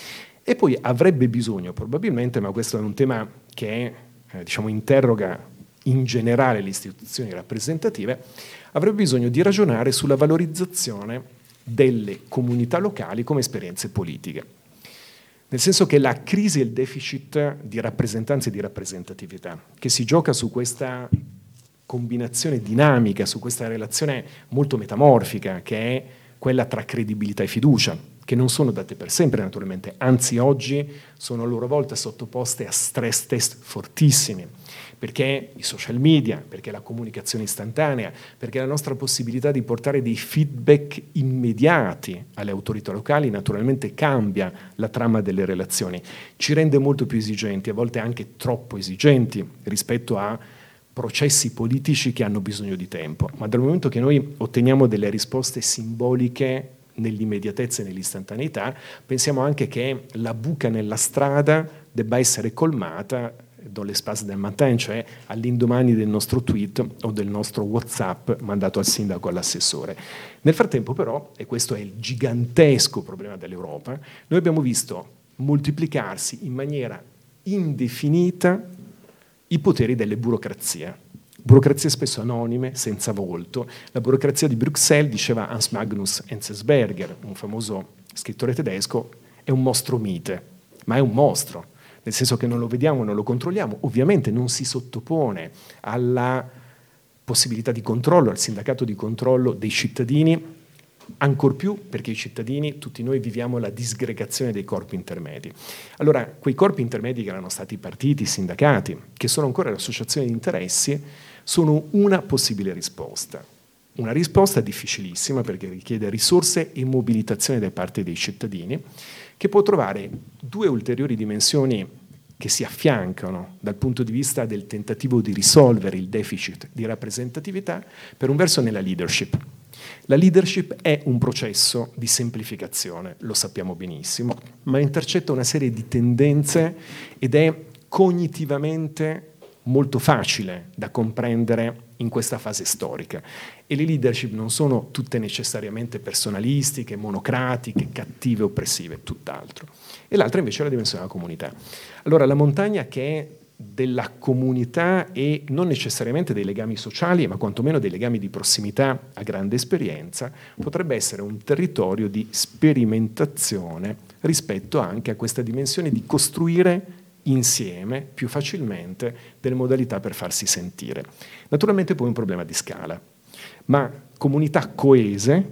E poi avrebbe bisogno probabilmente, ma questo è un tema che diciamo, interroga in generale le istituzioni rappresentative, avrebbe bisogno di ragionare sulla valorizzazione delle comunità locali come esperienze politiche. Nel senso che la crisi e il deficit di rappresentanza e di rappresentatività che si gioca su questa combinazione dinamica, su questa relazione molto metamorfica che è quella tra credibilità e fiducia, che non sono date per sempre naturalmente, anzi oggi sono a loro volta sottoposte a stress test fortissimi, perché i social media, perché la comunicazione istantanea, perché la nostra possibilità di portare dei feedback immediati alle autorità locali naturalmente cambia la trama delle relazioni, ci rende molto più esigenti, a volte anche troppo esigenti rispetto a processi politici che hanno bisogno di tempo. Ma dal momento che noi otteniamo delle risposte simboliche nell'immediatezza e nell'istantaneità, pensiamo anche che la buca nella strada debba essere colmata dans l'espace del matin, cioè all'indomani del nostro tweet o del nostro WhatsApp mandato al sindaco o all'assessore. Nel frattempo però, e questo è il gigantesco problema dell'Europa, noi abbiamo visto moltiplicarsi in maniera indefinita i poteri delle burocrazie spesso anonime, senza volto. La burocrazia di Bruxelles, diceva Hans Magnus Enzensberger, un famoso scrittore tedesco, è un mostro mite, ma è un mostro, nel senso che non lo vediamo, non lo controlliamo, ovviamente non si sottopone alla possibilità di controllo, al sindacato di controllo dei cittadini, ancor più perché i cittadini, tutti noi, viviamo la disgregazione dei corpi intermedi. Allora, quei corpi intermedi che erano stati partiti, sindacati, che sono ancora le associazioni di interessi, sono una possibile risposta. Una risposta difficilissima perché richiede risorse e mobilitazione da parte dei cittadini, che può trovare due ulteriori dimensioni che si affiancano dal punto di vista del tentativo di risolvere il deficit di rappresentatività, per un verso nella leadership. La leadership è un processo di semplificazione, lo sappiamo benissimo, ma intercetta una serie di tendenze ed è cognitivamente molto facile da comprendere in questa fase storica. E le leadership non sono tutte necessariamente personalistiche, monocratiche, cattive, oppressive, tutt'altro. E l'altra invece è la dimensione della comunità. Allora la montagna, che è della comunità e non necessariamente dei legami sociali, ma quantomeno dei legami di prossimità a grande esperienza, potrebbe essere un territorio di sperimentazione rispetto anche a questa dimensione di costruire insieme più facilmente delle modalità per farsi sentire. Naturalmente poi un problema di scala, ma comunità coese,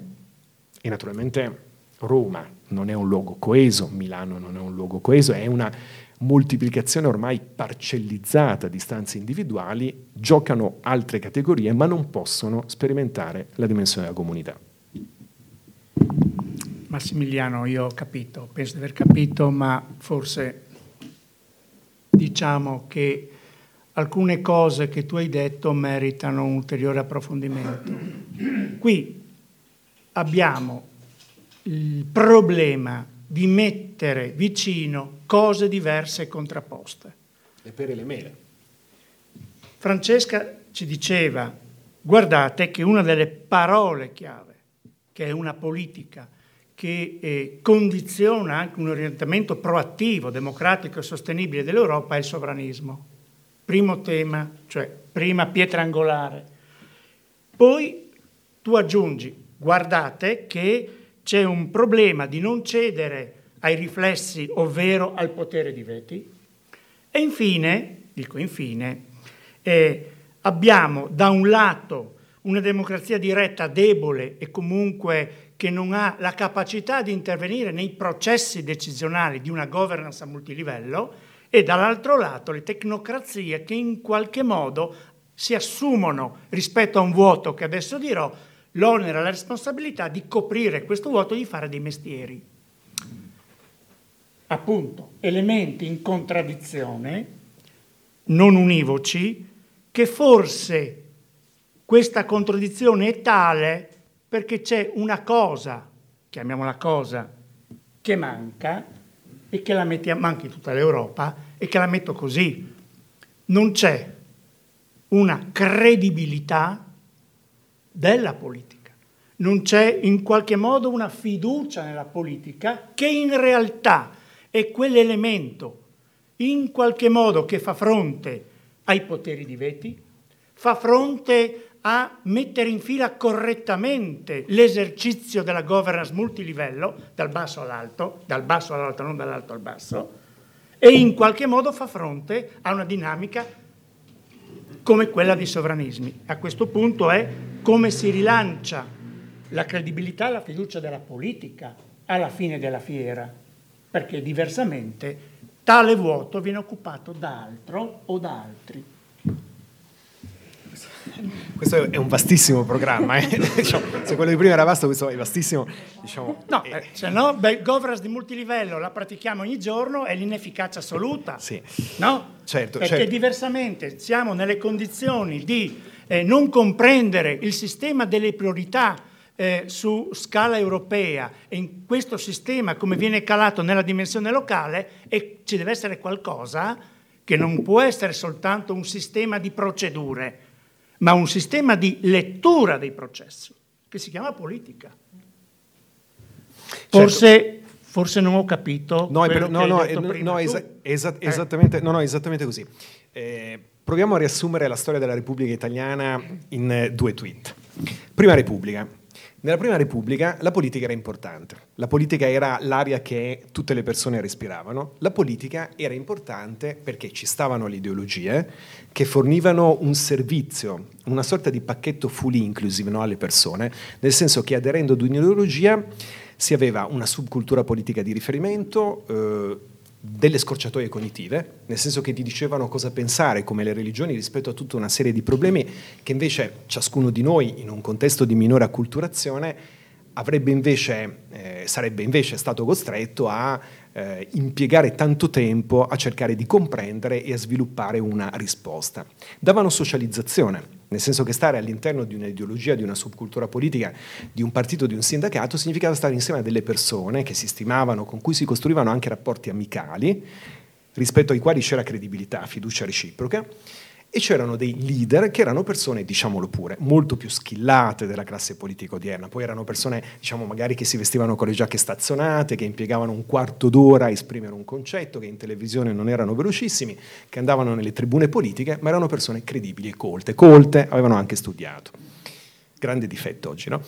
e naturalmente Roma non è un luogo coeso, Milano non è un luogo coeso, è una moltiplicazione ormai parcellizzata di stanze individuali, giocano altre categorie ma non possono sperimentare la dimensione della comunità. Massimiliano, io ho capito, penso di aver capito, ma forse diciamo che alcune cose che tu hai detto meritano un ulteriore approfondimento. Qui abbiamo il problema di mettere vicino cose diverse e contrapposte. Le pere e le mele. Francesca ci diceva, guardate che una delle parole chiave, che è una politica che condiziona anche un orientamento proattivo, democratico e sostenibile dell'Europa, è il sovranismo. Primo tema, cioè prima pietra angolare. Poi tu aggiungi, guardate che c'è un problema di non cedere ai riflessi, ovvero al potere di veti. E infine, abbiamo da un lato una democrazia diretta debole e comunque che non ha la capacità di intervenire nei processi decisionali di una governance a multilivello, e dall'altro lato le tecnocrazie che in qualche modo si assumono, rispetto a un vuoto che adesso dirò, l'onere e la responsabilità di coprire questo vuoto e di fare dei mestieri. Appunto, elementi in contraddizione, non univoci, che forse questa contraddizione è tale perché c'è una cosa, chiamiamola cosa, che manca e che la mettiamo, manca in tutta l'Europa, e che la metto così. Non c'è una credibilità della politica, non c'è in qualche modo una fiducia nella politica che in realtà è quell'elemento in qualche modo che fa fronte ai poteri di veti, fa fronte a mettere in fila correttamente l'esercizio della governance multilivello, dal basso all'alto, non dall'alto al basso, e in qualche modo fa fronte a una dinamica come quella dei sovranismi. A questo punto è come si rilancia la credibilità e la fiducia della politica alla fine della fiera, perché diversamente tale vuoto viene occupato da altro o da altri. Questo è un vastissimo programma, diciamo, se quello di prima era vasto, questo è vastissimo. Diciamo, no, se no, governance di multilivello la pratichiamo ogni giorno, è l'inefficacia assoluta. Sì. No? Certo, perché diversamente siamo nelle condizioni di non comprendere il sistema delle priorità su scala europea, e in questo sistema come viene calato nella dimensione locale, e ci deve essere qualcosa che non può essere soltanto un sistema di procedure, ma un sistema di lettura dei processi, che si chiama politica. Forse non ho capito. Esattamente così. Proviamo a riassumere la storia della Repubblica Italiana in 2 tweet. Prima Repubblica. Nella Prima Repubblica la politica era importante, la politica era l'aria che tutte le persone respiravano, la politica era importante perché ci stavano le ideologie che fornivano un servizio, una sorta di pacchetto fully inclusive, no, alle persone, nel senso che aderendo ad un'ideologia si aveva una subcultura politica di riferimento, delle scorciatoie cognitive, nel senso che ti dicevano cosa pensare, come le religioni, rispetto a tutta una serie di problemi che invece ciascuno di noi, in un contesto di minore acculturazione, sarebbe invece stato costretto a impiegare tanto tempo a cercare di comprendere e a sviluppare una risposta. Davano socializzazione, nel senso che stare all'interno di un'ideologia, di una subcultura politica, di un partito, di un sindacato, significava stare insieme a delle persone che si stimavano, con cui si costruivano anche rapporti amicali, rispetto ai quali c'era credibilità, fiducia reciproca, e c'erano dei leader che erano persone, diciamolo pure, molto più skillate della classe politica odierna. Poi erano persone, diciamo, magari che si vestivano con le giacche stazzonate, che impiegavano un quarto d'ora a esprimere un concetto, che in televisione non erano velocissimi, che andavano nelle tribune politiche, ma erano persone credibili e colte, avevano anche studiato. Grande difetto oggi, no?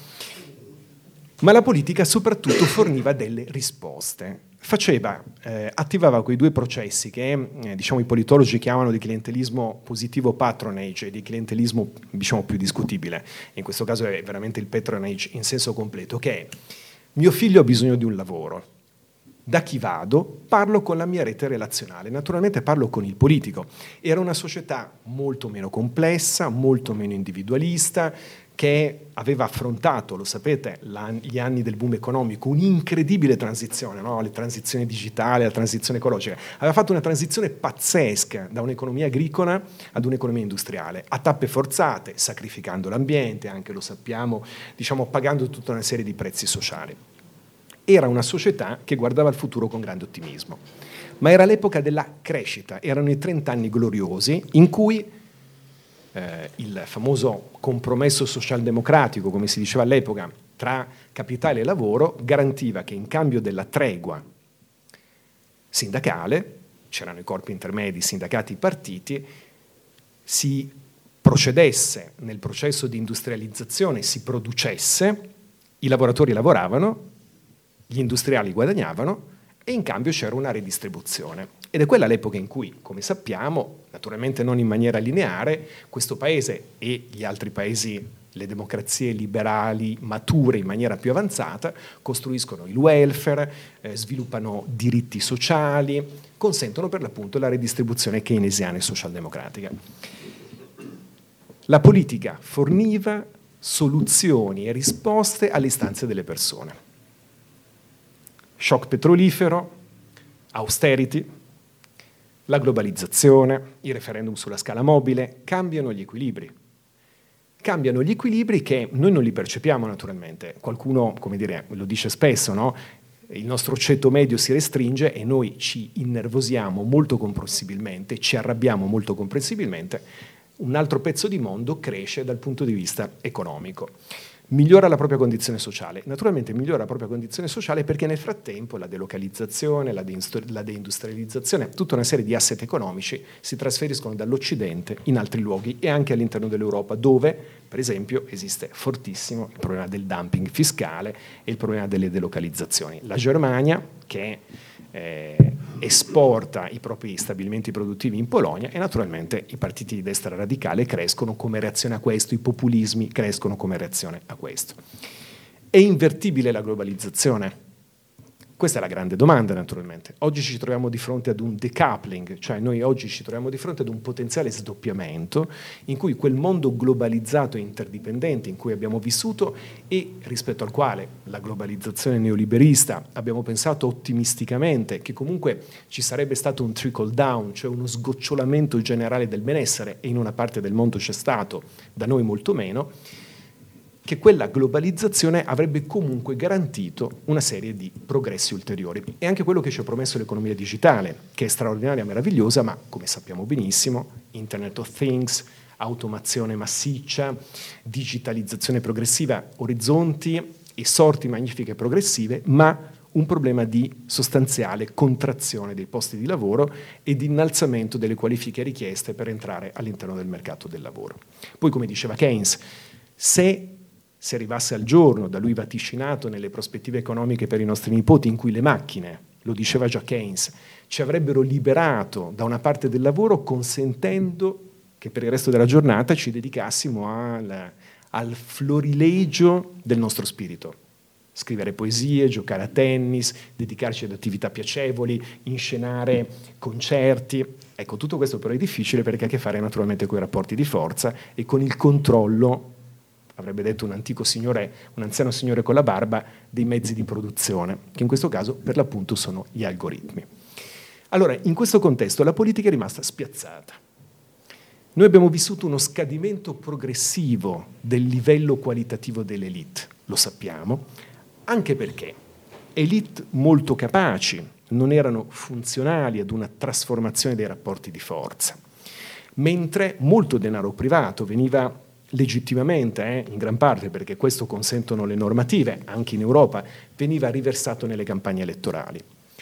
Ma la politica soprattutto forniva delle risposte. Attivava quei 2 processi che diciamo, i politologi chiamano di clientelismo positivo patronage e di clientelismo, diciamo, più discutibile. In questo caso è veramente il patronage in senso completo, che è: mio figlio ha bisogno di un lavoro, da chi vado? Parlo con la mia rete relazionale, naturalmente parlo con il politico. Era una società molto meno complessa, molto meno individualista, che aveva affrontato, lo sapete, gli anni del boom economico, un'incredibile transizione, no? La transizione digitale, la transizione ecologica. Aveva fatto una transizione pazzesca da un'economia agricola ad un'economia industriale, a tappe forzate, sacrificando l'ambiente, anche lo sappiamo, diciamo, pagando tutta una serie di prezzi sociali. Era una società che guardava al futuro con grande ottimismo, ma era l'epoca della crescita, erano i 30 anni gloriosi in cui il famoso compromesso socialdemocratico, come si diceva all'epoca, tra capitale e lavoro, garantiva che in cambio della tregua sindacale, c'erano i corpi intermedi, sindacati, partiti, si procedesse nel processo di industrializzazione, si producesse, i lavoratori lavoravano, gli industriali guadagnavano e in cambio c'era una redistribuzione. Ed è quella l'epoca in cui, come sappiamo, naturalmente non in maniera lineare, questo paese e gli altri paesi, le democrazie liberali mature in maniera più avanzata, costruiscono il welfare, sviluppano diritti sociali, consentono per l'appunto la redistribuzione keynesiana e socialdemocratica. La politica forniva soluzioni e risposte alle istanze delle persone. Shock petrolifero, austerity, la globalizzazione, i referendum sulla scala mobile, cambiano gli equilibri. Cambiano gli equilibri che noi non li percepiamo naturalmente. Qualcuno, come dire, lo dice spesso, no? Il nostro ceto medio si restringe e noi ci innervosiamo molto comprensibilmente, ci arrabbiamo molto comprensibilmente. Un altro pezzo di mondo cresce dal punto di vista economico. Migliora la propria condizione sociale. Naturalmente migliora la propria condizione sociale perché nel frattempo la delocalizzazione, la deindustrializzazione, tutta una serie di asset economici si trasferiscono dall'Occidente in altri luoghi e anche all'interno dell'Europa, dove, per esempio, esiste fortissimo il problema del dumping fiscale e il problema delle delocalizzazioni. La Germania, che esporta i propri stabilimenti produttivi in Polonia, e naturalmente i partiti di destra radicale crescono come reazione a questo, i populismi crescono come reazione a questo. È invertibile la globalizzazione? Questa è la grande domanda, naturalmente. Oggi ci troviamo di fronte ad un decoupling, cioè noi oggi ci troviamo di fronte ad un potenziale sdoppiamento in cui quel mondo globalizzato e interdipendente in cui abbiamo vissuto e rispetto al quale la globalizzazione neoliberista abbiamo pensato ottimisticamente che comunque ci sarebbe stato un trickle down, cioè uno sgocciolamento generale del benessere, e in una parte del mondo c'è stato, da noi molto meno, che quella globalizzazione avrebbe comunque garantito una serie di progressi ulteriori. E anche quello che ci ha promesso l'economia digitale, che è straordinaria e meravigliosa, ma come sappiamo benissimo, Internet of Things, automazione massiccia, digitalizzazione progressiva, orizzonti e sorti magnifiche e progressive, ma un problema di sostanziale contrazione dei posti di lavoro e di innalzamento delle qualifiche richieste per entrare all'interno del mercato del lavoro. Poi, come diceva Keynes, se si arrivasse al giorno da lui vaticinato nelle prospettive economiche per i nostri nipoti, in cui le macchine, lo diceva già Keynes, ci avrebbero liberato da una parte del lavoro, consentendo che per il resto della giornata ci dedicassimo al florilegio del nostro spirito. Scrivere poesie, giocare a tennis, dedicarci ad attività piacevoli, inscenare concerti. Ecco, tutto questo però è difficile perché ha a che fare naturalmente con i rapporti di forza e con il controllo, avrebbe detto un anziano signore con la barba, dei mezzi di produzione, che in questo caso per l'appunto sono gli algoritmi. Allora, in questo contesto la politica è rimasta spiazzata. Noi abbiamo vissuto uno scadimento progressivo del livello qualitativo dell'elite, lo sappiamo, anche perché elite molto capaci non erano funzionali ad una trasformazione dei rapporti di forza, mentre molto denaro privato veniva legittimamente, in gran parte perché questo consentono le normative, anche in Europa, veniva riversato nelle campagne elettorali.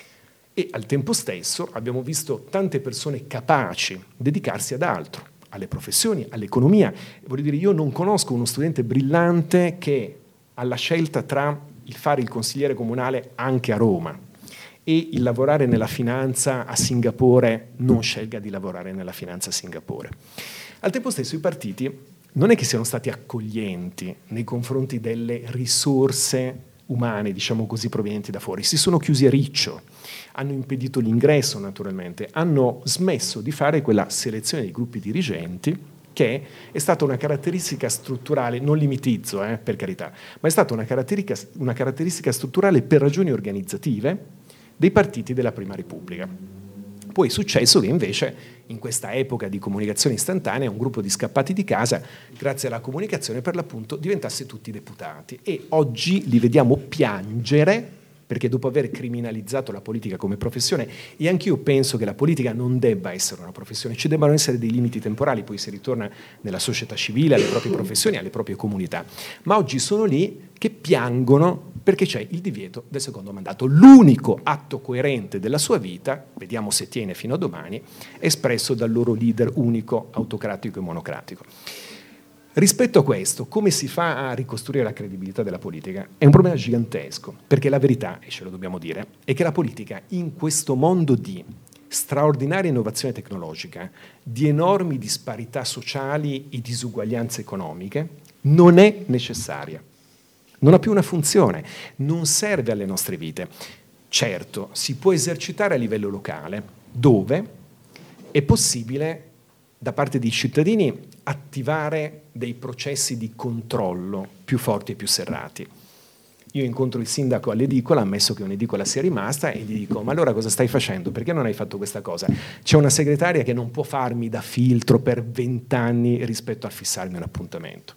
E al tempo stesso abbiamo visto tante persone capaci dedicarsi ad altro, alle professioni, all'economia. Voglio dire, io non conosco uno studente brillante che alla scelta tra il fare il consigliere comunale anche a Roma e il lavorare nella finanza a Singapore non scelga di lavorare nella finanza a Singapore. Al tempo stesso i partiti non è che siano stati accoglienti nei confronti delle risorse umane, diciamo così, provenienti da fuori. Si sono chiusi a riccio, hanno impedito l'ingresso naturalmente, hanno smesso di fare quella selezione dei gruppi dirigenti che è stata una caratteristica strutturale, non li mitizzo, per carità, ma è stata una caratteristica strutturale per ragioni organizzative dei partiti della Prima Repubblica. Poi è successo che invece in questa epoca di comunicazione istantanea un gruppo di scappati di casa, grazie alla comunicazione per l'appunto, diventasse tutti deputati, e oggi li vediamo piangere perché dopo aver criminalizzato la politica come professione, e anch'io penso che la politica non debba essere una professione, ci debbano essere dei limiti temporali, poi si ritorna nella società civile, alle proprie professioni, alle proprie comunità, ma oggi sono lì che piangono perché c'è il divieto del secondo mandato. L'unico atto coerente della sua vita, vediamo se tiene fino a domani, è espresso dal loro leader unico, autocratico e monocratico. Rispetto a questo, come si fa a ricostruire la credibilità della politica? È un problema gigantesco, perché la verità, e ce lo dobbiamo dire, è che la politica in questo mondo di straordinaria innovazione tecnologica, di enormi disparità sociali e disuguaglianze economiche, non è necessaria. Non ha più una funzione, non serve alle nostre vite. Certo, si può esercitare a livello locale, dove è possibile da parte dei cittadini attivare dei processi di controllo più forti e più serrati. Io incontro il sindaco all'edicola, ammesso che un'edicola sia rimasta, e gli dico: ma allora cosa stai facendo? Perché non hai fatto questa cosa? C'è una segretaria che non può farmi da filtro per 20 anni rispetto a fissarmi un appuntamento.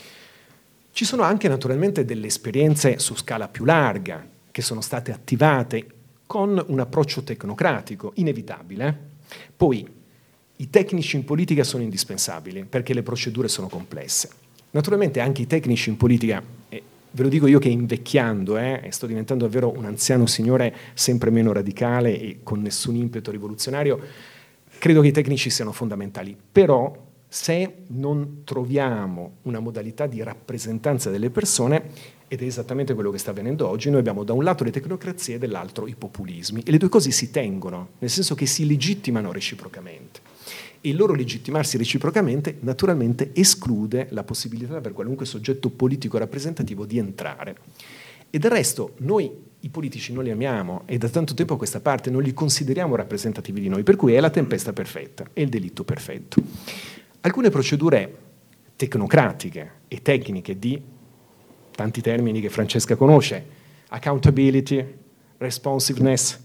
Ci sono anche naturalmente delle esperienze su scala più larga che sono state attivate con un approccio tecnocratico, inevitabile. Poi i tecnici in politica sono indispensabili perché le procedure sono complesse. Naturalmente anche i tecnici in politica, ve lo dico io che invecchiando, e sto diventando davvero un anziano signore sempre meno radicale e con nessun impeto rivoluzionario, credo che i tecnici siano fondamentali. Però se non troviamo una modalità di rappresentanza delle persone, ed è esattamente quello che sta avvenendo oggi, noi abbiamo da un lato le tecnocrazie e dall'altro i populismi, e le due cose si tengono, nel senso che si legittimano reciprocamente. E il loro legittimarsi reciprocamente naturalmente esclude la possibilità per qualunque soggetto politico rappresentativo di entrare. E del resto noi i politici non li amiamo, e da tanto tempo a questa parte non li consideriamo rappresentativi di noi, per cui è la tempesta perfetta, è il delitto perfetto. Alcune procedure tecnocratiche e tecniche di tanti termini che Francesca conosce: accountability, responsiveness,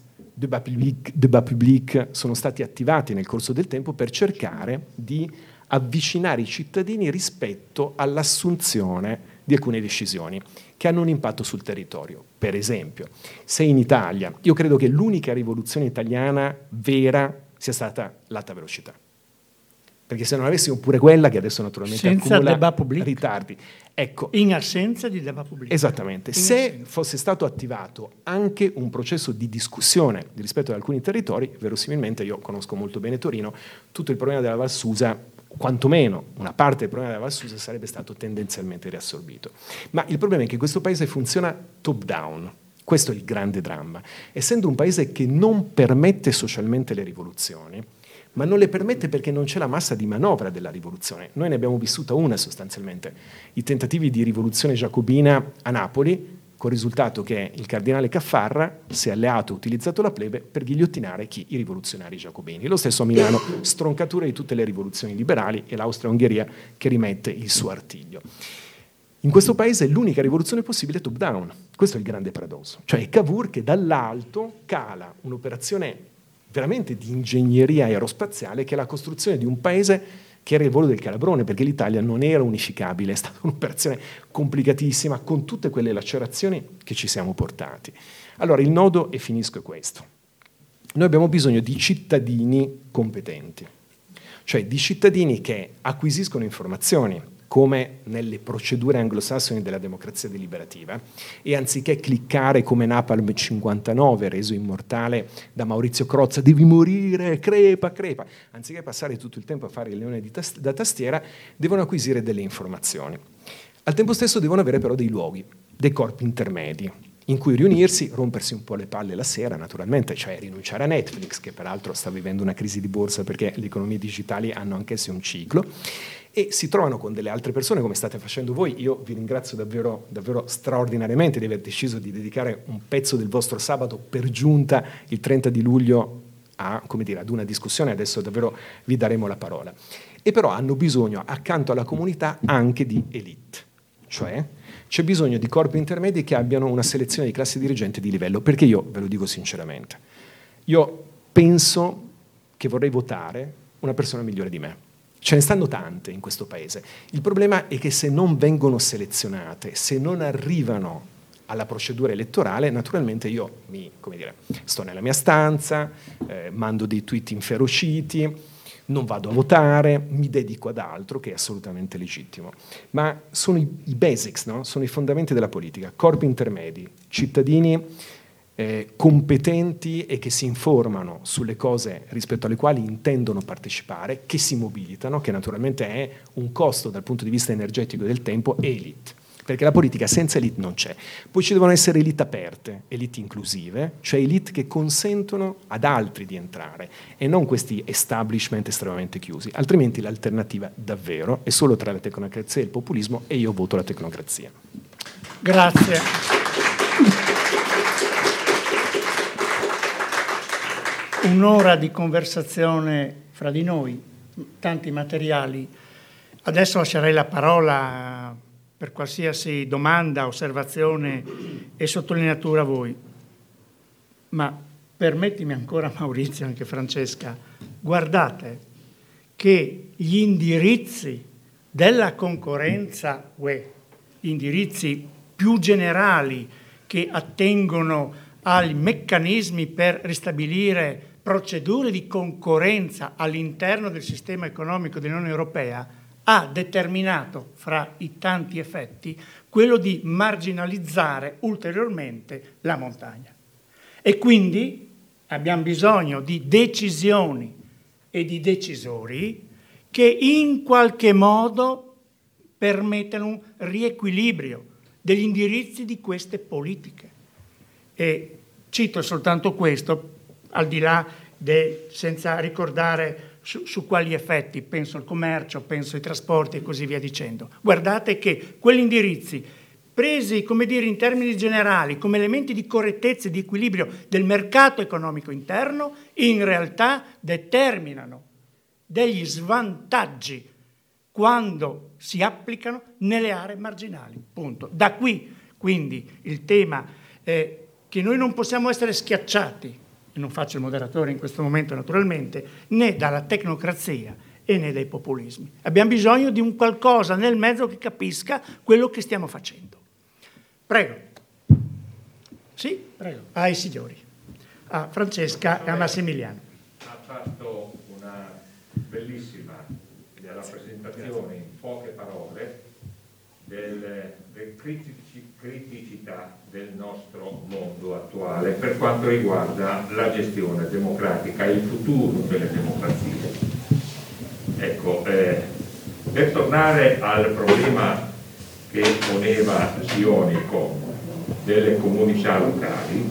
débat public, sono stati attivati nel corso del tempo per cercare di avvicinare i cittadini rispetto all'assunzione di alcune decisioni che hanno un impatto sul territorio. Per esempio, se in Italia, io credo che l'unica rivoluzione italiana vera sia stata l'alta velocità, perché se non avessimo pure quella, che adesso naturalmente senza accumula débat ritardi. Ecco, in assenza di débat public. Esattamente. Se fosse stato attivato anche un processo di discussione rispetto ad alcuni territori, verosimilmente, io conosco molto bene Torino, tutto il problema della Val Susa, quantomeno una parte del problema della Val Susa, sarebbe stato tendenzialmente riassorbito. Ma il problema è che questo paese funziona top down. Questo è il grande dramma. Essendo un paese che non permette socialmente le rivoluzioni, ma non le permette perché non c'è la massa di manovra della rivoluzione. Noi ne abbiamo vissuta una sostanzialmente, i tentativi di rivoluzione giacobina a Napoli, con il risultato che il cardinale Caffarra si è alleato, ha utilizzato la plebe per ghigliottinare chi? I rivoluzionari giacobini. Lo stesso a Milano, stroncatura di tutte le rivoluzioni liberali, e l'Austria-Ungheria che rimette il suo artiglio. In questo paese l'unica rivoluzione possibile è top down. Questo è il grande paradosso. Cioè è Cavour che dall'alto cala un'operazione veramente di ingegneria aerospaziale, che è la costruzione di un paese che era il volo del Calabrone, perché l'Italia non era unificabile, è stata un'operazione complicatissima, con tutte quelle lacerazioni che ci siamo portati. Allora il nodo, e finisco, è questo: noi abbiamo bisogno di cittadini competenti, cioè di cittadini che acquisiscono informazioni, come nelle procedure anglosassoni della democrazia deliberativa, e anziché cliccare come Napalm 59, reso immortale da Maurizio Crozza, devi morire, crepa, crepa, anziché passare tutto il tempo a fare il leone da tastiera, devono acquisire delle informazioni. Al tempo stesso devono avere però dei luoghi, dei corpi intermedi, in cui riunirsi, rompersi un po' le palle la sera, naturalmente, cioè rinunciare a Netflix, che peraltro sta vivendo una crisi di borsa perché le economie digitali hanno anch'esse un ciclo, e si trovano con delle altre persone, come state facendo voi. Io vi ringrazio davvero, davvero straordinariamente di aver deciso di dedicare un pezzo del vostro sabato per giunta il 30 di luglio ad una discussione. Adesso davvero vi daremo la parola. E però hanno bisogno, accanto alla comunità, anche di elite, cioè c'è bisogno di corpi intermedi che abbiano una selezione di classi dirigenti di livello, perché io, ve lo dico sinceramente, io penso che vorrei votare una persona migliore di me. Ce ne stanno tante in questo paese. Il problema è che se non vengono selezionate, se non arrivano alla procedura elettorale, naturalmente io sto nella mia stanza, mando dei tweet inferociti, non vado a votare, mi dedico ad altro, che è assolutamente legittimo. Ma sono i basics, no? Sono i fondamenti della politica, corpi intermedi, cittadini competenti e che si informano sulle cose rispetto alle quali intendono partecipare, che si mobilitano, che naturalmente è un costo dal punto di vista energetico del tempo, e elite. Perché la politica senza elite non c'è. Poi ci devono essere elite aperte, elite inclusive, cioè elite che consentono ad altri di entrare e non questi establishment estremamente chiusi. Altrimenti l'alternativa davvero è solo tra la tecnocrazia e il populismo, e io voto la tecnocrazia. Grazie. Un'ora di conversazione fra di noi, tanti materiali Adesso lascerei la parola per qualsiasi domanda, osservazione e sottolineatura a voi. Ma permettimi ancora, Maurizio e anche Francesca, guardate che gli indirizzi della concorrenza UE, gli indirizzi più generali che attengono ai meccanismi per ristabilire procedure di concorrenza all'interno del sistema economico dell'Unione Europea, ha determinato, fra i tanti effetti, quello di marginalizzare ulteriormente la montagna. E quindi abbiamo bisogno di decisioni e di decisori che in qualche modo permettano un riequilibrio degli indirizzi di queste politiche. E cito soltanto questo, al di là senza ricordare su quali effetti, penso al commercio, penso ai trasporti e così via dicendo. Guardate che quegli indirizzi presi, come dire, in termini generali, come elementi di correttezza e di equilibrio del mercato economico interno, in realtà determinano degli svantaggi quando si applicano nelle aree marginali. Punto. Da qui, quindi, il tema che noi non possiamo essere schiacciati, e non faccio il moderatore in questo momento naturalmente, né dalla tecnocrazia e né dai populismi. Abbiamo bisogno di un qualcosa nel mezzo che capisca quello che stiamo facendo. Prego. Sì, prego. Ai signori. A Francesca e a Massimiliano. Ha fatto una bellissima rappresentazione in poche parole delle criticità del nostro mondo attuale per quanto riguarda la gestione democratica e il futuro delle democrazie. Ecco, per tornare al problema che poneva Ionico delle comunità locali,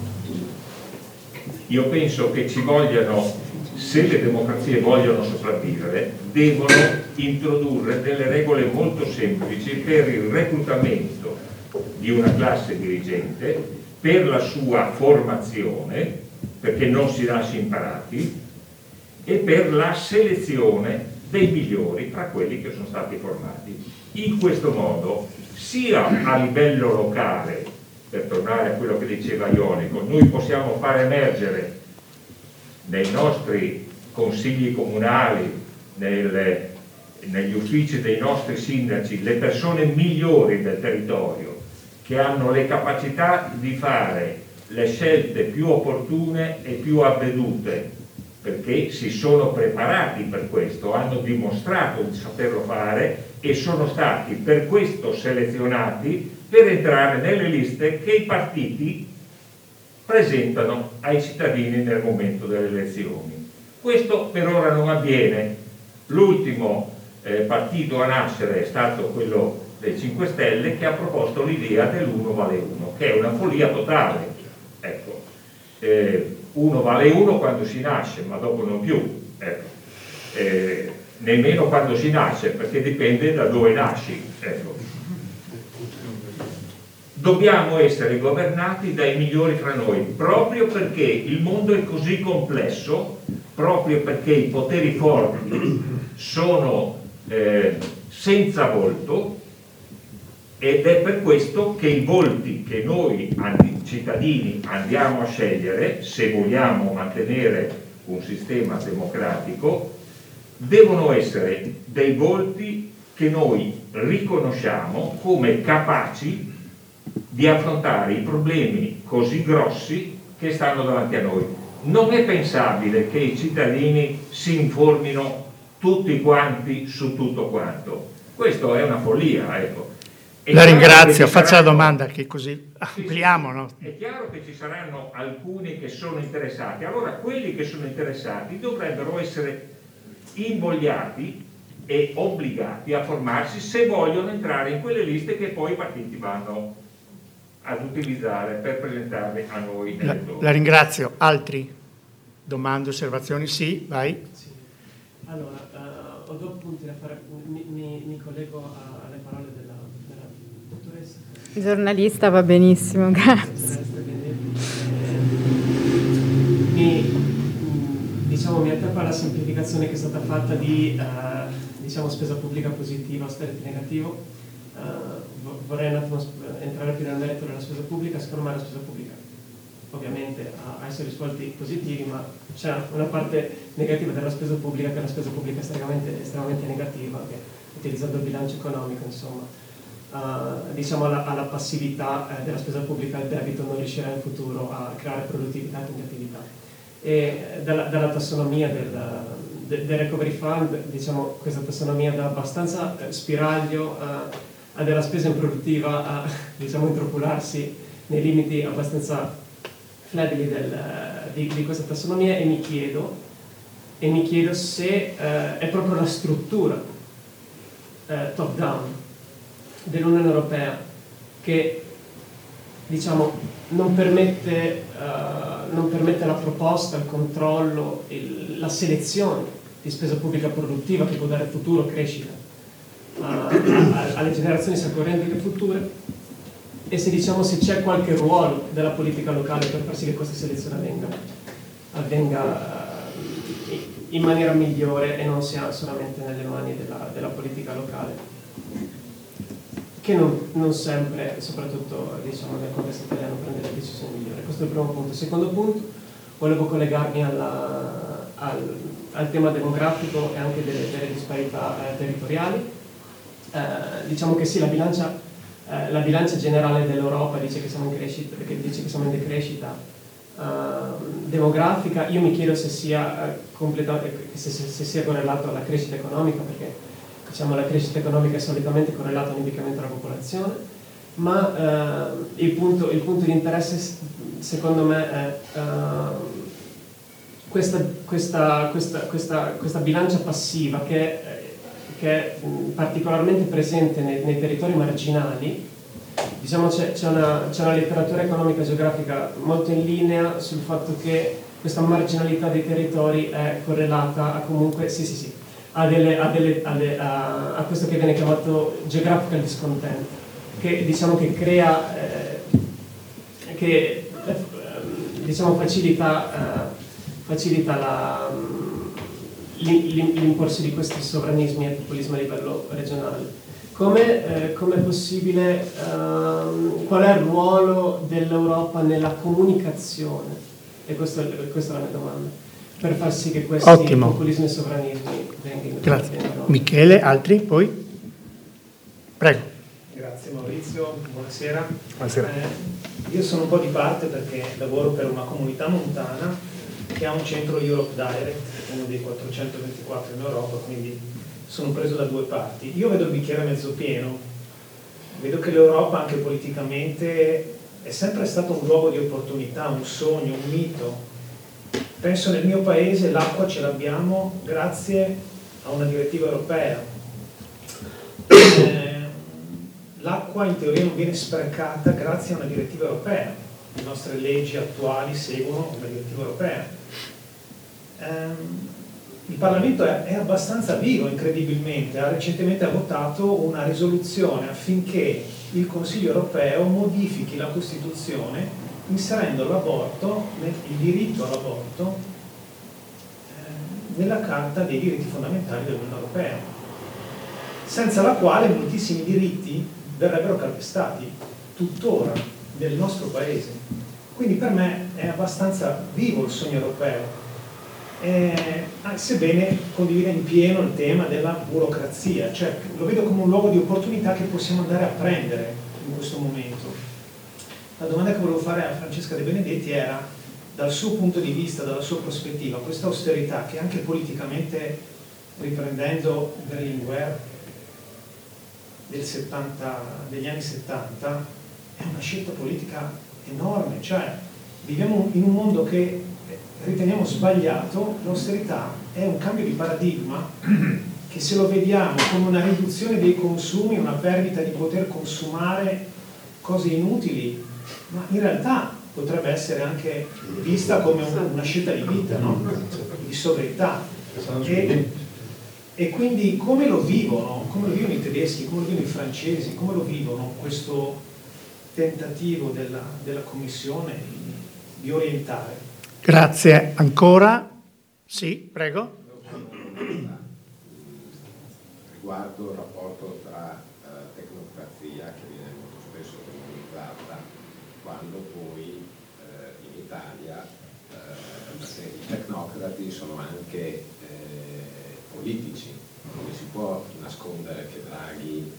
io penso che ci vogliano, se le democrazie vogliono sopravvivere, devono introdurre delle regole molto semplici per il reclutamento di una classe dirigente, per la sua formazione, perché non si nasce imparati, e per la selezione dei migliori tra quelli che sono stati formati. In questo modo, sia a livello locale, per tornare a quello che diceva Ionico, noi possiamo far emergere nei nostri consigli comunali, negli uffici dei nostri sindaci, le persone migliori del territorio, che hanno le capacità di fare le scelte più opportune e più avvedute, perché si sono preparati per questo, hanno dimostrato di saperlo fare e sono stati per questo selezionati per entrare nelle liste che i partiti presentano ai cittadini nel momento delle elezioni. Questo per ora non avviene. L'ultimo partito a nascere è stato quello dei 5 Stelle, che ha proposto l'idea dell'1 vale 1, che è una follia totale. Ecco, 1 vale 1 quando si nasce, ma dopo non più. Ecco. Nemmeno quando si nasce, perché dipende da dove nasci. Ecco. Dobbiamo essere governati dai migliori fra noi, proprio perché il mondo è così complesso, proprio perché i poteri forti sono senza volto, ed è per questo che i volti che noi cittadini andiamo a scegliere, se vogliamo mantenere un sistema democratico, devono essere dei volti che noi riconosciamo come capaci di affrontare i problemi così grossi che stanno davanti a noi. Non è pensabile che i cittadini si informino tutti quanti su tutto quanto. Questo è una follia, ecco. La ringrazio, faccia la domanda che così ampliamo. No? È chiaro che ci saranno alcuni che sono interessati, allora quelli che sono interessati dovrebbero essere invogliati e obbligati a formarsi se vogliono entrare in quelle liste che poi i partiti vanno ad utilizzare per presentarle a noi. La ringrazio. Altri? Domande, osservazioni? Sì, vai. Sì. Allora, ho 2 punti da fare, mi collego alle parole della dottoressa. Giornalista va benissimo, grazie. Mi attappa alla semplificazione che è stata fatta di diciamo spesa pubblica positiva, austerity negativo. Vorrei un attimo entrare più nel merito della spesa pubblica. Secondo me la spesa pubblica ovviamente ha i suoi risvolti positivi, ma c'è una parte negativa della spesa pubblica, che è la spesa pubblica estremamente negativa, che utilizzando il bilancio economico, insomma, diciamo alla passività della spesa pubblica, il debito non riuscirà in futuro a creare produttività e quantitatività. E dalla tassonomia del Recovery Fund, diciamo, questa tassonomia dà abbastanza spiraglio a della spesa improduttiva a, diciamo, introppolarsi nei limiti abbastanza flebili di questa tassonomia, e mi chiedo se è proprio la struttura top down dell'Unione Europea che, diciamo, non permette la proposta, il controllo, la selezione di spesa pubblica produttiva che può dare futuro, crescita alle generazioni soccorrenti future, e se, diciamo, se c'è qualche ruolo della politica locale per far sì che questa selezione avvenga in maniera migliore e non sia solamente nelle mani della politica locale, che non sempre, soprattutto, diciamo, nel contesto italiano, prende le decisioni migliori. Questo è il primo punto. Secondo punto, volevo collegarmi al tema demografico e anche delle disparità territoriali. Diciamo che sì, la bilancia generale dell'Europa dice che siamo in crescita, dice che siamo in decrescita demografica. Io mi chiedo se sia se sia correlato alla crescita economica, perché, diciamo, la crescita economica è solitamente correlata a un invecchiamento della popolazione, ma il punto di interesse, secondo me, è questa bilancia passiva che è particolarmente presente nei territori marginali. Diciamo, c'è una letteratura economica geografica molto in linea sul fatto che questa marginalità dei territori è correlata a, comunque, a questo che viene chiamato geographical discontent, che, diciamo, che crea, che diciamo facilita l'imporsi di questi sovranismi e populismi a livello regionale. Come è possibile, qual è il ruolo dell'Europa nella comunicazione? E questa è la mia domanda, per far sì che questi populismi e sovranismi vengano. Grazie. Michele, altri poi? Prego. Grazie Maurizio, buonasera. Buonasera. Io sono un po' di parte perché lavoro per una comunità montana che ha un centro Europe Direct, uno dei 424 in Europa, quindi sono preso da due parti. Io vedo il bicchiere mezzo pieno, vedo che l'Europa anche politicamente è sempre stato un luogo di opportunità, un sogno, un mito. Penso nel mio paese l'acqua ce l'abbiamo grazie a una direttiva europea. L'acqua in teoria non viene sprecata grazie a una direttiva europea. Le nostre leggi attuali seguono una direttiva europea. Il Parlamento è abbastanza vivo, incredibilmente. Recentemente ha votato una risoluzione affinché il Consiglio europeo modifichi la Costituzione inserendo l'aborto, il diritto all'aborto, nella Carta dei diritti fondamentali dell'Unione Europea, senza la quale moltissimi diritti verrebbero calpestati tuttora nel nostro Paese. Quindi per me è abbastanza vivo il sogno europeo. Sebbene condivida in pieno il tema della burocrazia, cioè lo vedo come un luogo di opportunità che possiamo andare a prendere in questo momento. La domanda che volevo fare a Francesca De Benedetti era, dal suo punto di vista, dalla sua prospettiva, questa austerità che anche politicamente, riprendendo Berlinguer degli anni 70, è una scelta politica enorme, cioè viviamo in un mondo che riteniamo sbagliato. L'austerità è un cambio di paradigma che, se lo vediamo come una riduzione dei consumi, una perdita di poter consumare cose inutili, ma in realtà potrebbe essere anche vista come una scelta di vita, no? Di sobrietà. E quindi come lo vivono i tedeschi, come lo vivono i francesi, come lo vivono questo tentativo della Commissione di orientare? Grazie. Ancora? Sì, prego. cambiato il rapporto tra tecnocrazia, che viene molto spesso demonizzata, quando poi in Italia i tecnocrati sono anche politici. Non si può nascondere che Draghi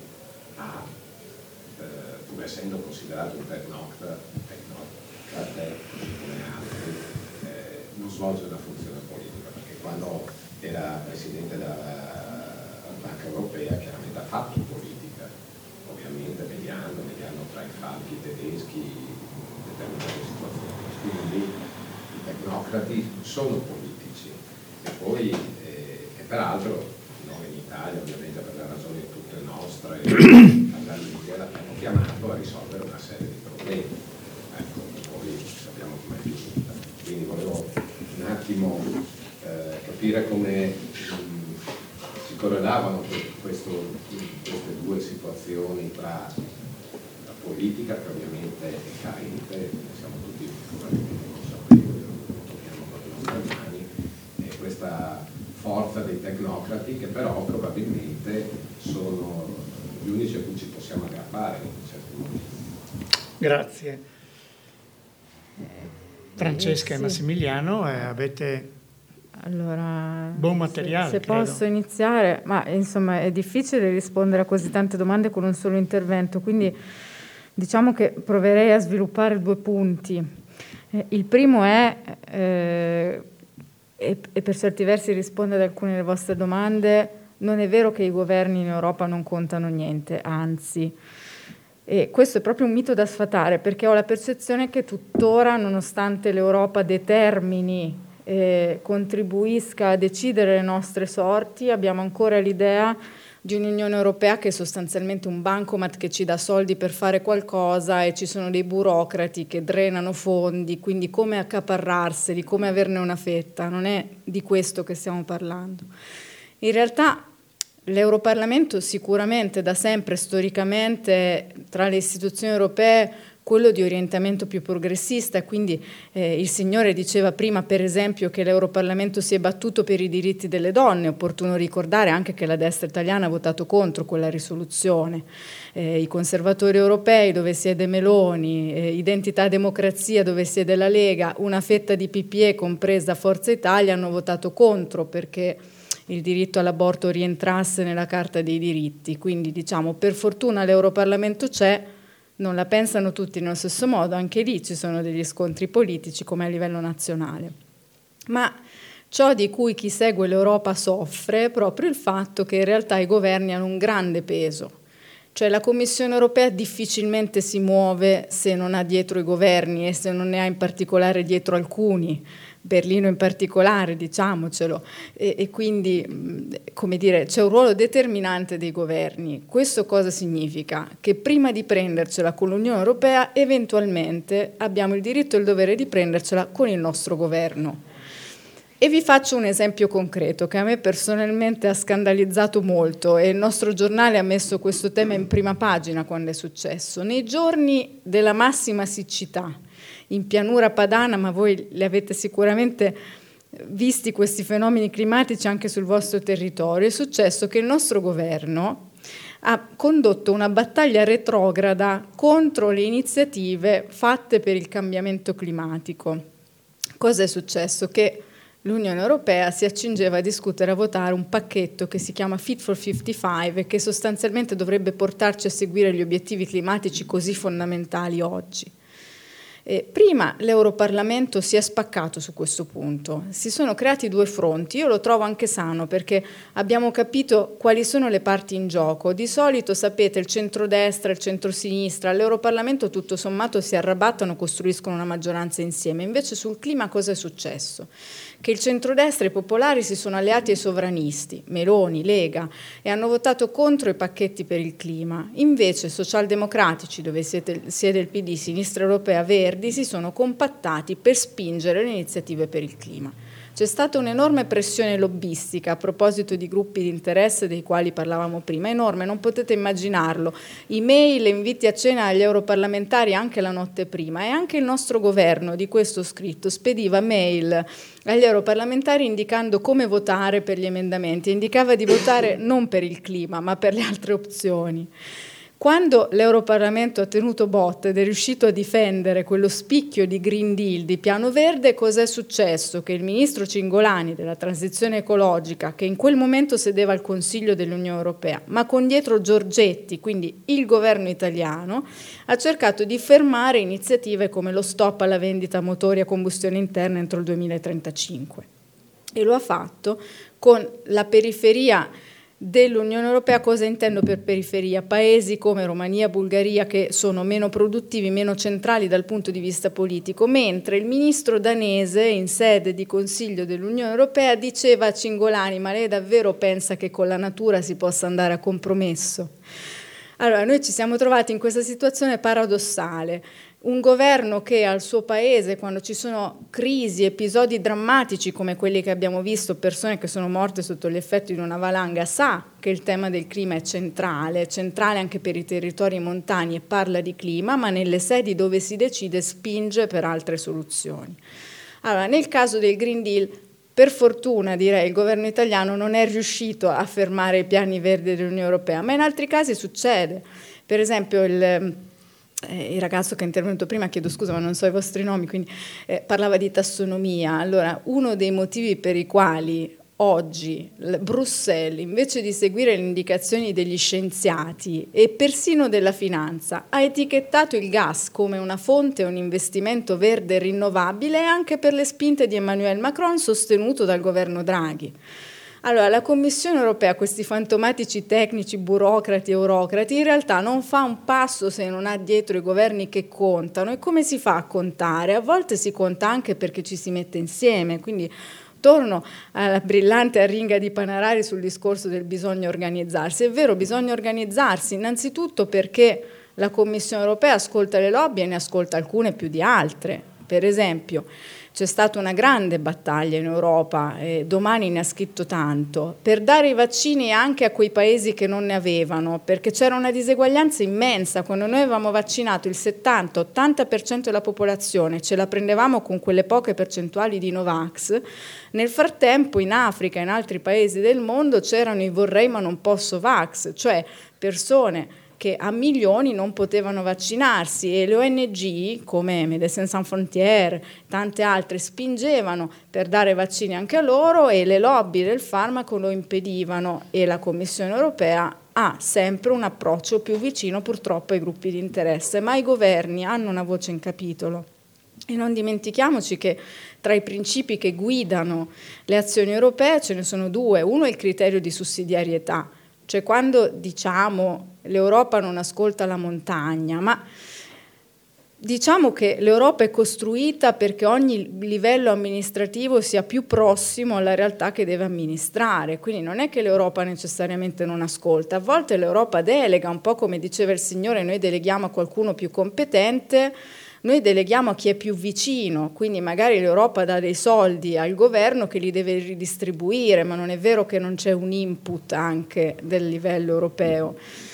pur essendo considerato un tecnocrate, così come altri, non svolge una funzione politica, perché quando era presidente della Banca Europea chiaramente ha fatto politica, ovviamente mediando tra i falchi tedeschi in determinate situazioni. Quindi i tecnocrati sono politici e poi, e peraltro noi in Italia, ovviamente per le ragioni tutte nostre, l'abbiamo chiamato a risolvere una serie di problemi. Ecco, poi sappiamo com'è finita. Quindi volevo un attimo capire come si correlavano queste due situazioni tra la politica, che ovviamente è carente, ne siamo tutti probabilmente consapevoli, lo tocchiamo con le nostre mani, e questa forza dei tecnocrati che però probabilmente sono gli unici a cui ci possiamo aggrappare in certi momenti. Grazie. Francesca e Massimiliano, avete buon materiale. Se credo. posso iniziare, ma insomma è difficile rispondere a così tante domande con un solo intervento, quindi diciamo che proverei a sviluppare 2 punti. Il primo è, e per certi versi risponde ad alcune delle vostre domande, non è vero che i governi in Europa non contano niente, anzi. E questo è proprio un mito da sfatare, perché ho la percezione che tuttora, nonostante l'Europa determini e contribuisca a decidere le nostre sorti, abbiamo ancora l'idea di un'Unione Europea che è sostanzialmente un bancomat che ci dà soldi per fare qualcosa e ci sono dei burocrati che drenano fondi, quindi come accaparrarseli, come averne una fetta. Non è di questo che stiamo parlando. In realtà l'Europarlamento sicuramente da sempre storicamente tra le istituzioni europee quello di orientamento più progressista, quindi il Signore diceva prima per esempio che l'Europarlamento si è battuto per i diritti delle donne, è opportuno ricordare anche che la destra italiana ha votato contro quella risoluzione, i conservatori europei dove siede Meloni, Identità e Democrazia dove siede la Lega, una fetta di PPE compresa Forza Italia hanno votato contro perché il diritto all'aborto rientrasse nella Carta dei diritti, quindi diciamo per fortuna l'Europarlamento c'è, non la pensano tutti nello stesso modo, anche lì ci sono degli scontri politici come a livello nazionale. Ma ciò di cui chi segue l'Europa soffre è proprio il fatto che in realtà i governi hanno un grande peso, cioè la Commissione europea difficilmente si muove se non ha dietro i governi e se non ne ha in particolare dietro alcuni, Berlino in particolare, diciamocelo, e quindi, come dire, c'è un ruolo determinante dei governi. Questo cosa significa? Che prima di prendercela con l'Unione Europea, eventualmente abbiamo il diritto e il dovere di prendercela con il nostro governo. E vi faccio un esempio concreto che a me personalmente ha scandalizzato molto e il nostro giornale ha messo questo tema in prima pagina quando è successo. Nei giorni della massima siccità, in pianura padana, ma voi li avete sicuramente visti questi fenomeni climatici anche sul vostro territorio, è successo che il nostro governo ha condotto una battaglia retrograda contro le iniziative fatte per il cambiamento climatico. Cosa è successo? Che l'Unione Europea si accingeva a discutere, a votare un pacchetto che si chiama Fit for 55 e che sostanzialmente dovrebbe portarci a seguire gli obiettivi climatici così fondamentali oggi. Prima l'Europarlamento si è spaccato su questo punto, si sono creati 2 fronti, io lo trovo anche sano perché abbiamo capito quali sono le parti in gioco, di solito sapete il centrodestra, il centrosinistra, l'Europarlamento tutto sommato si arrabattano, costruiscono una maggioranza insieme, invece sul clima cosa è successo? Che il centrodestra e i popolari si sono alleati ai sovranisti, Meloni, Lega, e hanno votato contro i pacchetti per il clima. Invece socialdemocratici, dove siede il PD, Sinistra Europea, Verdi, si sono compattati per spingere le iniziative per il clima. C'è stata un'enorme pressione lobbistica a proposito di gruppi di interesse dei quali parlavamo prima, enorme, non potete immaginarlo. Email, inviti a cena agli europarlamentari anche la notte prima, e anche il nostro governo, di questo scritto, spediva mail agli europarlamentari indicando come votare per gli emendamenti, indicava di votare non per il clima ma per le altre opzioni. Quando l'Europarlamento ha tenuto botta ed è riuscito a difendere quello spicchio di Green Deal, di Piano Verde, cos'è successo? Che il ministro Cingolani della transizione ecologica, che in quel momento sedeva al Consiglio dell'Unione Europea, ma con dietro Giorgetti, quindi il governo italiano, ha cercato di fermare iniziative come lo stop alla vendita motori a combustione interna entro il 2035. E lo ha fatto con la periferia dell'Unione Europea. Cosa intendo per periferia? Paesi come Romania, Bulgaria, che sono meno produttivi, meno centrali dal punto di vista politico, mentre il ministro danese in sede di Consiglio dell'Unione Europea diceva a Cingolani: ma lei davvero pensa che con la natura si possa andare a compromesso? Allora, noi ci siamo trovati in questa situazione paradossale. Un governo che al suo paese, quando ci sono crisi, episodi drammatici come quelli che abbiamo visto, persone che sono morte sotto gli effetti di una valanga, sa che il tema del clima è centrale anche per i territori montani e parla di clima, ma nelle sedi dove si decide spinge per altre soluzioni. Allora, nel caso del Green Deal, per fortuna, direi, il governo italiano non è riuscito a fermare i piani verdi dell'Unione Europea, ma in altri casi succede. Per esempio il ragazzo che è intervenuto prima, chiedo scusa ma non so i vostri nomi, quindi parlava di tassonomia. Allora, uno dei motivi per i quali oggi Bruxelles, invece di seguire le indicazioni degli scienziati e persino della finanza, ha etichettato il gas come una fonte e un investimento verde e rinnovabile, è anche per le spinte di Emmanuel Macron, sostenuto dal governo Draghi. Allora, la Commissione europea, questi fantomatici tecnici, burocrati, eurocrati, in realtà non fa un passo se non ha dietro i governi che contano. E come si fa a contare? A volte si conta anche perché ci si mette insieme, quindi torno alla brillante arringa di Panarari sul discorso del bisogno organizzarsi. È vero, bisogna organizzarsi, innanzitutto perché la Commissione europea ascolta le lobby e ne ascolta alcune più di altre. Per esempio, c'è stata una grande battaglia in Europa, Domani ne ha scritto tanto, per dare i vaccini anche a quei paesi che non ne avevano, perché c'era una diseguaglianza immensa. Quando noi avevamo vaccinato il 70-80% della popolazione, ce la prendevamo con quelle poche percentuali di Novax, nel frattempo in Africa e in altri paesi del mondo c'erano i vorrei ma non posso Vax, cioè persone che a milioni non potevano vaccinarsi, e le ONG come Médecins Sans Frontières, tante altre, spingevano per dare vaccini anche a loro, e le lobby del farmaco lo impedivano, e la Commissione europea ha sempre un approccio più vicino purtroppo ai gruppi di interesse, ma i governi hanno una voce in capitolo. E non dimentichiamoci che tra i principi che guidano le azioni europee ce ne sono due. Uno è il criterio di sussidiarietà, cioè quando diciamo l'Europa non ascolta la montagna, ma diciamo che l'Europa è costruita perché ogni livello amministrativo sia più prossimo alla realtà che deve amministrare, quindi non è che l'Europa necessariamente non ascolta, a volte l'Europa delega, un po' come diceva il Signore, noi deleghiamo a qualcuno più competente, noi deleghiamo a chi è più vicino, quindi magari l'Europa dà dei soldi al governo che li deve ridistribuire, ma non è vero che non c'è un input anche del livello europeo.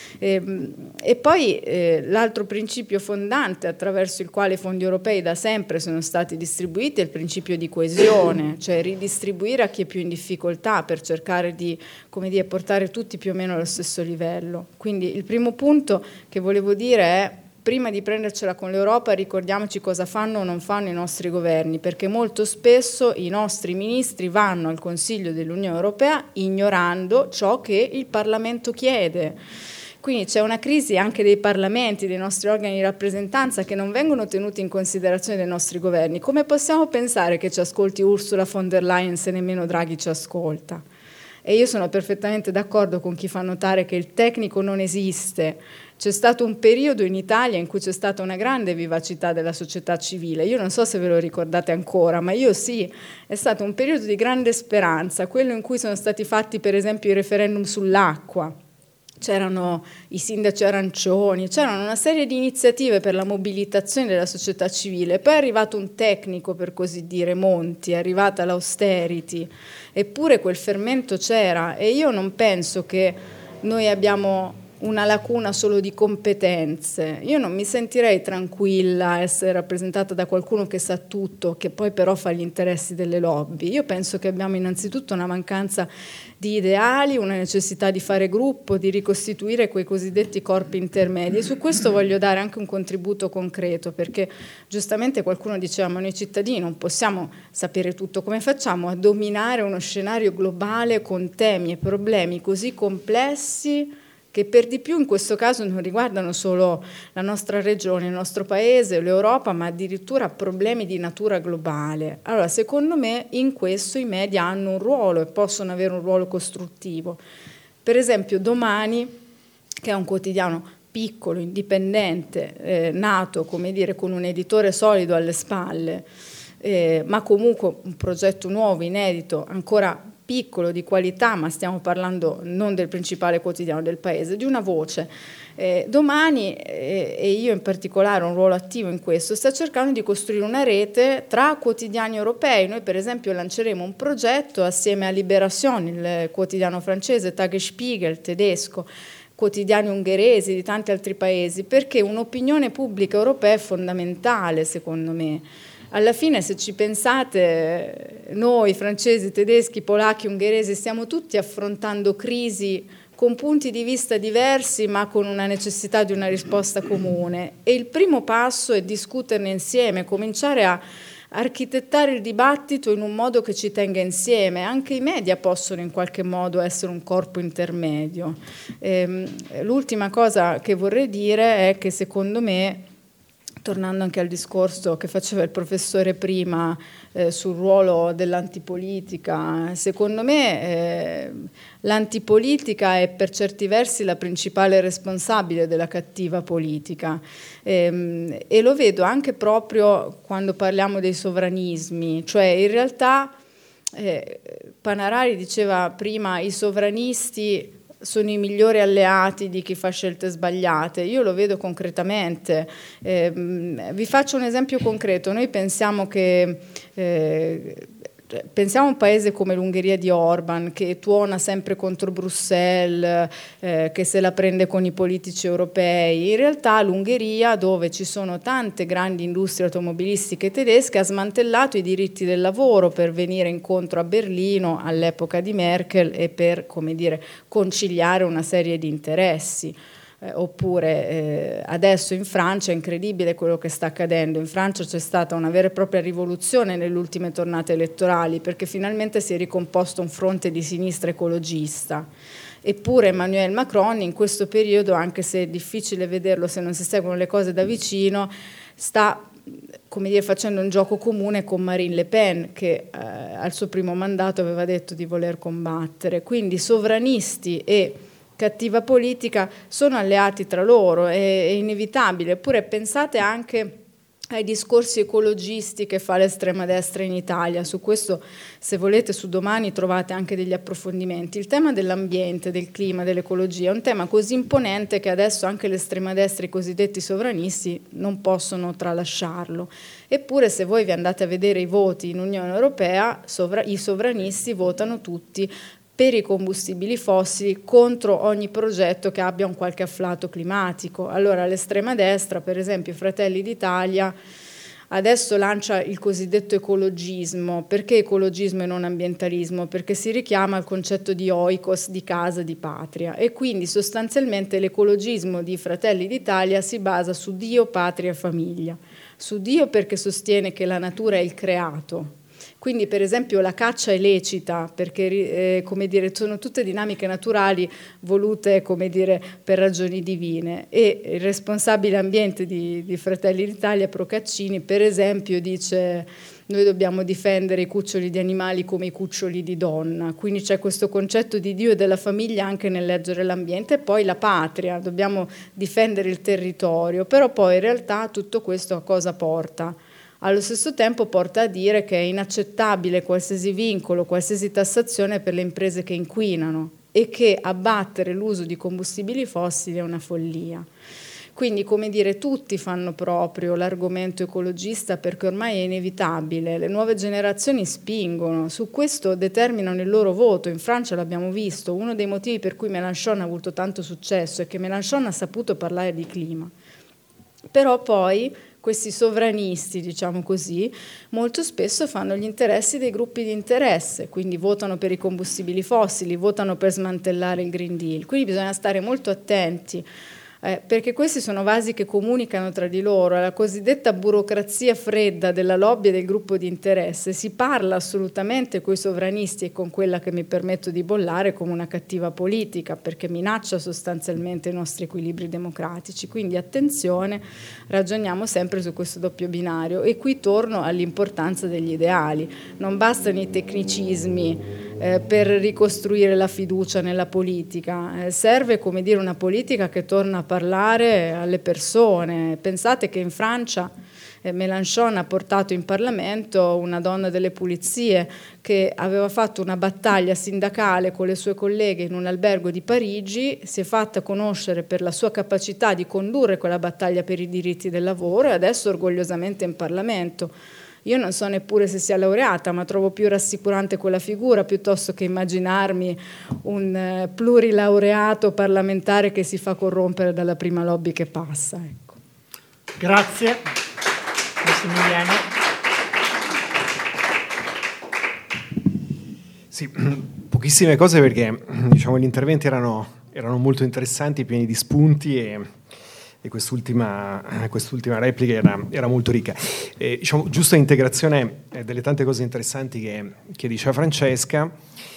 E poi l'altro principio fondante attraverso il quale i fondi europei da sempre sono stati distribuiti è il principio di coesione, cioè ridistribuire a chi è più in difficoltà per cercare di, come dire, portare tutti più o meno allo stesso livello. Quindi il primo punto che volevo dire è: prima di prendercela con l'Europa ricordiamoci cosa fanno o non fanno i nostri governi, perché molto spesso i nostri ministri vanno al Consiglio dell'Unione Europea ignorando ciò che il Parlamento chiede. Quindi c'è una crisi anche dei parlamenti, dei nostri organi di rappresentanza che non vengono tenuti in considerazione dai nostri governi. Come possiamo pensare che ci ascolti Ursula von der Leyen se nemmeno Draghi ci ascolta? E io sono perfettamente d'accordo con chi fa notare che il tecnico non esiste. C'è stato un periodo in Italia in cui c'è stata una grande vivacità della società civile. Io non so se ve lo ricordate ancora, ma io sì. È stato un periodo di grande speranza, quello in cui sono stati fatti per esempio i referendum sull'acqua. c'erano i sindaci arancioni, c'erano una serie di iniziative per la mobilitazione della società civile. Poi è arrivato un tecnico, per così dire, Monti, è arrivata l'austerity, eppure quel fermento c'era, e io non penso che noi abbiamo una lacuna solo di competenze. Io non mi sentirei tranquilla a essere rappresentata da qualcuno che sa tutto, che poi però fa gli interessi delle lobby. Io penso che abbiamo innanzitutto una mancanza di ideali, una necessità di fare gruppo, di ricostituire quei cosiddetti corpi intermedi, e su questo voglio dare anche un contributo concreto, perché giustamente qualcuno diceva: ma noi cittadini non possiamo sapere tutto, come facciamo a dominare uno scenario globale con temi e problemi così complessi, che per di più in questo caso non riguardano solo la nostra regione, il nostro paese, l'Europa, ma addirittura problemi di natura globale. Allora, secondo me in questo i media hanno un ruolo e possono avere un ruolo costruttivo. Per esempio Domani, che è un quotidiano piccolo, indipendente, nato, come dire, con un editore solido alle spalle, ma comunque un progetto nuovo, inedito, ancora piccolo, di qualità, ma stiamo parlando non del principale quotidiano del paese, di una voce. Domani, e io in particolare ho un ruolo attivo in questo, sta cercando di costruire una rete tra quotidiani europei. Noi per esempio lanceremo un progetto assieme a Libération, il quotidiano francese, Tagesspiegel tedesco, quotidiani ungheresi, di tanti altri paesi, perché un'opinione pubblica europea è fondamentale, secondo me. Alla fine, se ci pensate, noi francesi, tedeschi, polacchi, ungheresi stiamo tutti affrontando crisi con punti di vista diversi, ma con una necessità di una risposta comune, e il primo passo è discuterne insieme, cominciare a architettare il dibattito in un modo che ci tenga insieme. Anche i media possono in qualche modo essere un corpo intermedio. L'ultima cosa che vorrei dire è che secondo me, tornando anche al discorso che faceva il professore prima sul ruolo dell'antipolitica, secondo me l'antipolitica è per certi versi la principale responsabile della cattiva politica, e lo vedo anche proprio quando parliamo dei sovranismi, cioè in realtà Panarari diceva prima: i sovranisti sono i migliori alleati di chi fa scelte sbagliate. Io lo vedo concretamente. Vi faccio un esempio concreto. Noi pensiamo a un paese come l'Ungheria di Orban, che tuona sempre contro Bruxelles, che se la prende con i politici europei. In realtà l'Ungheria, dove ci sono tante grandi industrie automobilistiche tedesche, ha smantellato i diritti del lavoro per venire incontro a Berlino all'epoca di Merkel e per, come dire, conciliare una serie di interessi. Oppure adesso in Francia è incredibile quello che sta accadendo. In Francia c'è stata una vera e propria rivoluzione nelle ultime tornate elettorali, perché finalmente si è ricomposto un fronte di sinistra ecologista. Eppure Emmanuel Macron in questo periodo, anche se è difficile vederlo se non si seguono le cose da vicino, sta, come dire, facendo un gioco comune con Marine Le Pen, che al suo primo mandato aveva detto di voler combattere. Quindi sovranisti e cattiva politica sono alleati tra loro, è inevitabile. Eppure pensate anche ai discorsi ecologisti che fa l'estrema destra in Italia. Su questo, se volete, su Domani trovate anche degli approfondimenti. Il tema dell'ambiente, del clima, dell'ecologia è un tema così imponente che adesso anche l'estrema destra, i cosiddetti sovranisti, non possono tralasciarlo. Eppure, se voi vi andate a vedere i voti in Unione Europea, i sovranisti votano tutti per i combustibili fossili, contro ogni progetto che abbia un qualche afflato climatico. Allora l'estrema destra, per esempio Fratelli d'Italia, adesso lancia il cosiddetto ecologismo. Perché ecologismo e non ambientalismo? Perché si richiama al concetto di oikos, di casa, di patria, e quindi sostanzialmente l'ecologismo di Fratelli d'Italia si basa su Dio, patria e famiglia. Su Dio perché sostiene che la natura è il creato. Quindi per esempio la caccia è lecita perché come dire, sono tutte dinamiche naturali volute, come dire, per ragioni divine, e il responsabile ambiente di Fratelli d'Italia, Procaccini, per esempio dice: noi dobbiamo difendere i cuccioli di animali come i cuccioli di donna. Quindi c'è questo concetto di Dio e della famiglia anche nel leggere l'ambiente. E poi la patria, dobbiamo difendere il territorio, però poi in realtà tutto questo a cosa porta? Allo stesso tempo porta a dire che è inaccettabile qualsiasi vincolo, qualsiasi tassazione per le imprese che inquinano, e che abbattere l'uso di combustibili fossili è una follia. Quindi, come dire, tutti fanno proprio l'argomento ecologista perché ormai è inevitabile, le nuove generazioni spingono, su questo determinano il loro voto. In Francia l'abbiamo visto, uno dei motivi per cui Mélenchon ha avuto tanto successo è che Mélenchon ha saputo parlare di clima. Però poi questi sovranisti, diciamo così, molto spesso fanno gli interessi dei gruppi di interesse, quindi votano per i combustibili fossili, votano per smantellare il Green Deal. Quindi bisogna stare molto attenti, perché questi sono vasi che comunicano tra di loro. La cosiddetta burocrazia fredda della lobby e del gruppo di interesse si parla assolutamente coi sovranisti e con quella che mi permetto di bollare come una cattiva politica, perché minaccia sostanzialmente i nostri equilibri democratici. Quindi attenzione, ragioniamo sempre su questo doppio binario. E qui torno all'importanza degli ideali. Non bastano i tecnicismi per ricostruire la fiducia nella politica, serve, come dire, una politica che torna a parlare alle persone. Pensate che in Francia Mélenchon ha portato in Parlamento una donna delle pulizie che aveva fatto una battaglia sindacale con le sue colleghe in un albergo di Parigi, si è fatta conoscere per la sua capacità di condurre quella battaglia per i diritti del lavoro e adesso orgogliosamente in Parlamento. Io non so neppure se sia laureata, ma trovo più rassicurante quella figura piuttosto che immaginarmi un plurilaureato parlamentare che si fa corrompere dalla prima lobby che passa. Ecco. Grazie, Massimiliano. Sì, pochissime cose perché diciamo, gli interventi erano molto interessanti, pieni di spunti e quest'ultima replica era molto ricca. Diciamo, giusta integrazione delle tante cose interessanti che diceva Francesca,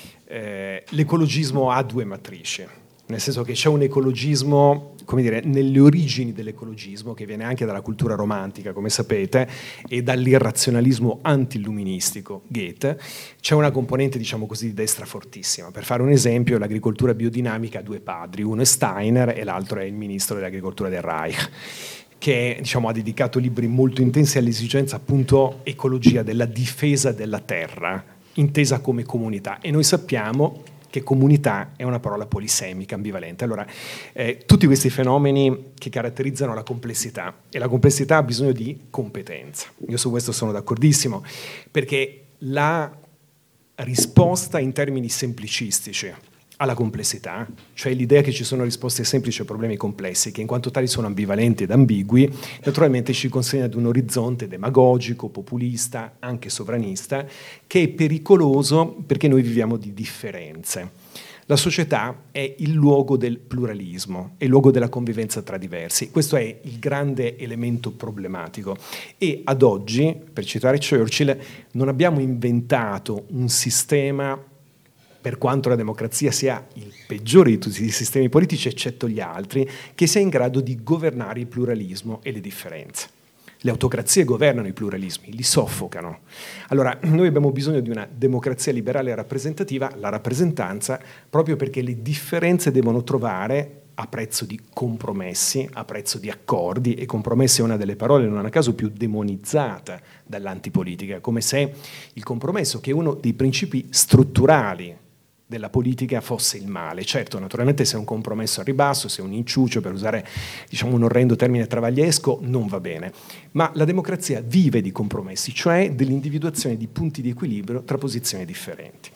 l'ecologismo ha due matrici, nel senso che c'è un ecologismo, come dire, nelle origini dell'ecologismo, che viene anche dalla cultura romantica, come sapete, e dall'irrazionalismo antiilluministico, Goethe. C'è una componente, diciamo così, di destra fortissima. Per fare un esempio, l'agricoltura biodinamica ha due padri, uno è Steiner e l'altro è il ministro dell'agricoltura del Reich, che diciamo, ha dedicato libri molto intensi all'esigenza appunto ecologia, della difesa della terra, intesa come comunità. E noi sappiamo che comunità è una parola polisemica, ambivalente. Allora, tutti questi fenomeni che caratterizzano la complessità, e la complessità ha bisogno di competenza. Io su questo sono d'accordissimo, perché la risposta in termini semplicistici alla complessità, cioè l'idea che ci sono risposte semplici a problemi complessi, che in quanto tali sono ambivalenti ed ambigui, naturalmente ci consegna ad un orizzonte demagogico, populista, anche sovranista, che è pericoloso perché noi viviamo di differenze. La società è il luogo del pluralismo, è il luogo della convivenza tra diversi. Questo è il grande elemento problematico. E ad oggi, per citare Churchill, non abbiamo inventato un sistema, per quanto la democrazia sia il peggiore di tutti i sistemi politici, eccetto gli altri, che sia in grado di governare il pluralismo e le differenze. Le autocrazie governano i pluralismi, li soffocano. Allora, noi abbiamo bisogno di una democrazia liberale e rappresentativa, la rappresentanza, proprio perché le differenze devono trovare, a prezzo di compromessi, a prezzo di accordi, e compromessi è una delle parole, non a caso, più demonizzata dall'antipolitica, come se il compromesso, che è uno dei principi strutturali della politica, fosse il male. Certo, naturalmente se è un compromesso a ribasso, se è un inciucio, per usare diciamo un orrendo termine travagliesco, non va bene. Ma la democrazia vive di compromessi, cioè dell'individuazione di punti di equilibrio tra posizioni differenti.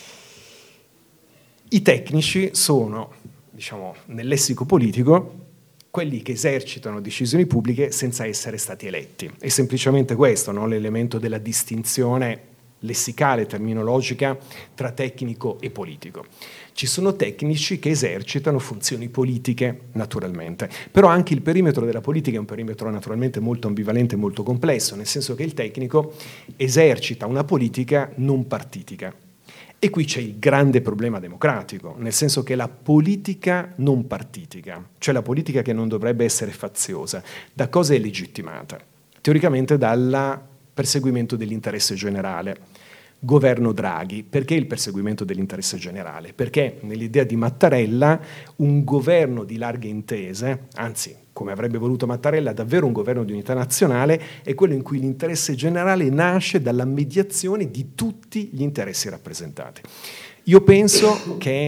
I tecnici sono, diciamo, nel lessico politico, quelli che esercitano decisioni pubbliche senza essere stati eletti. È semplicemente questo, no? L'elemento della distinzione lessicale, terminologica, tra tecnico e politico. Ci sono tecnici che esercitano funzioni politiche, naturalmente, però anche il perimetro della politica è un perimetro naturalmente molto ambivalente e molto complesso, nel senso che il tecnico esercita una politica non partitica. E qui c'è il grande problema democratico, nel senso che la politica non partitica, cioè la politica che non dovrebbe essere faziosa, da cosa è legittimata? Teoricamente dal perseguimento dell'interesse generale. Governo Draghi, perché il perseguimento dell'interesse generale? Perché nell'idea di Mattarella un governo di larghe intese, anzi, come avrebbe voluto Mattarella, davvero un governo di unità nazionale, è quello in cui l'interesse generale nasce dalla mediazione di tutti gli interessi rappresentati. Io penso che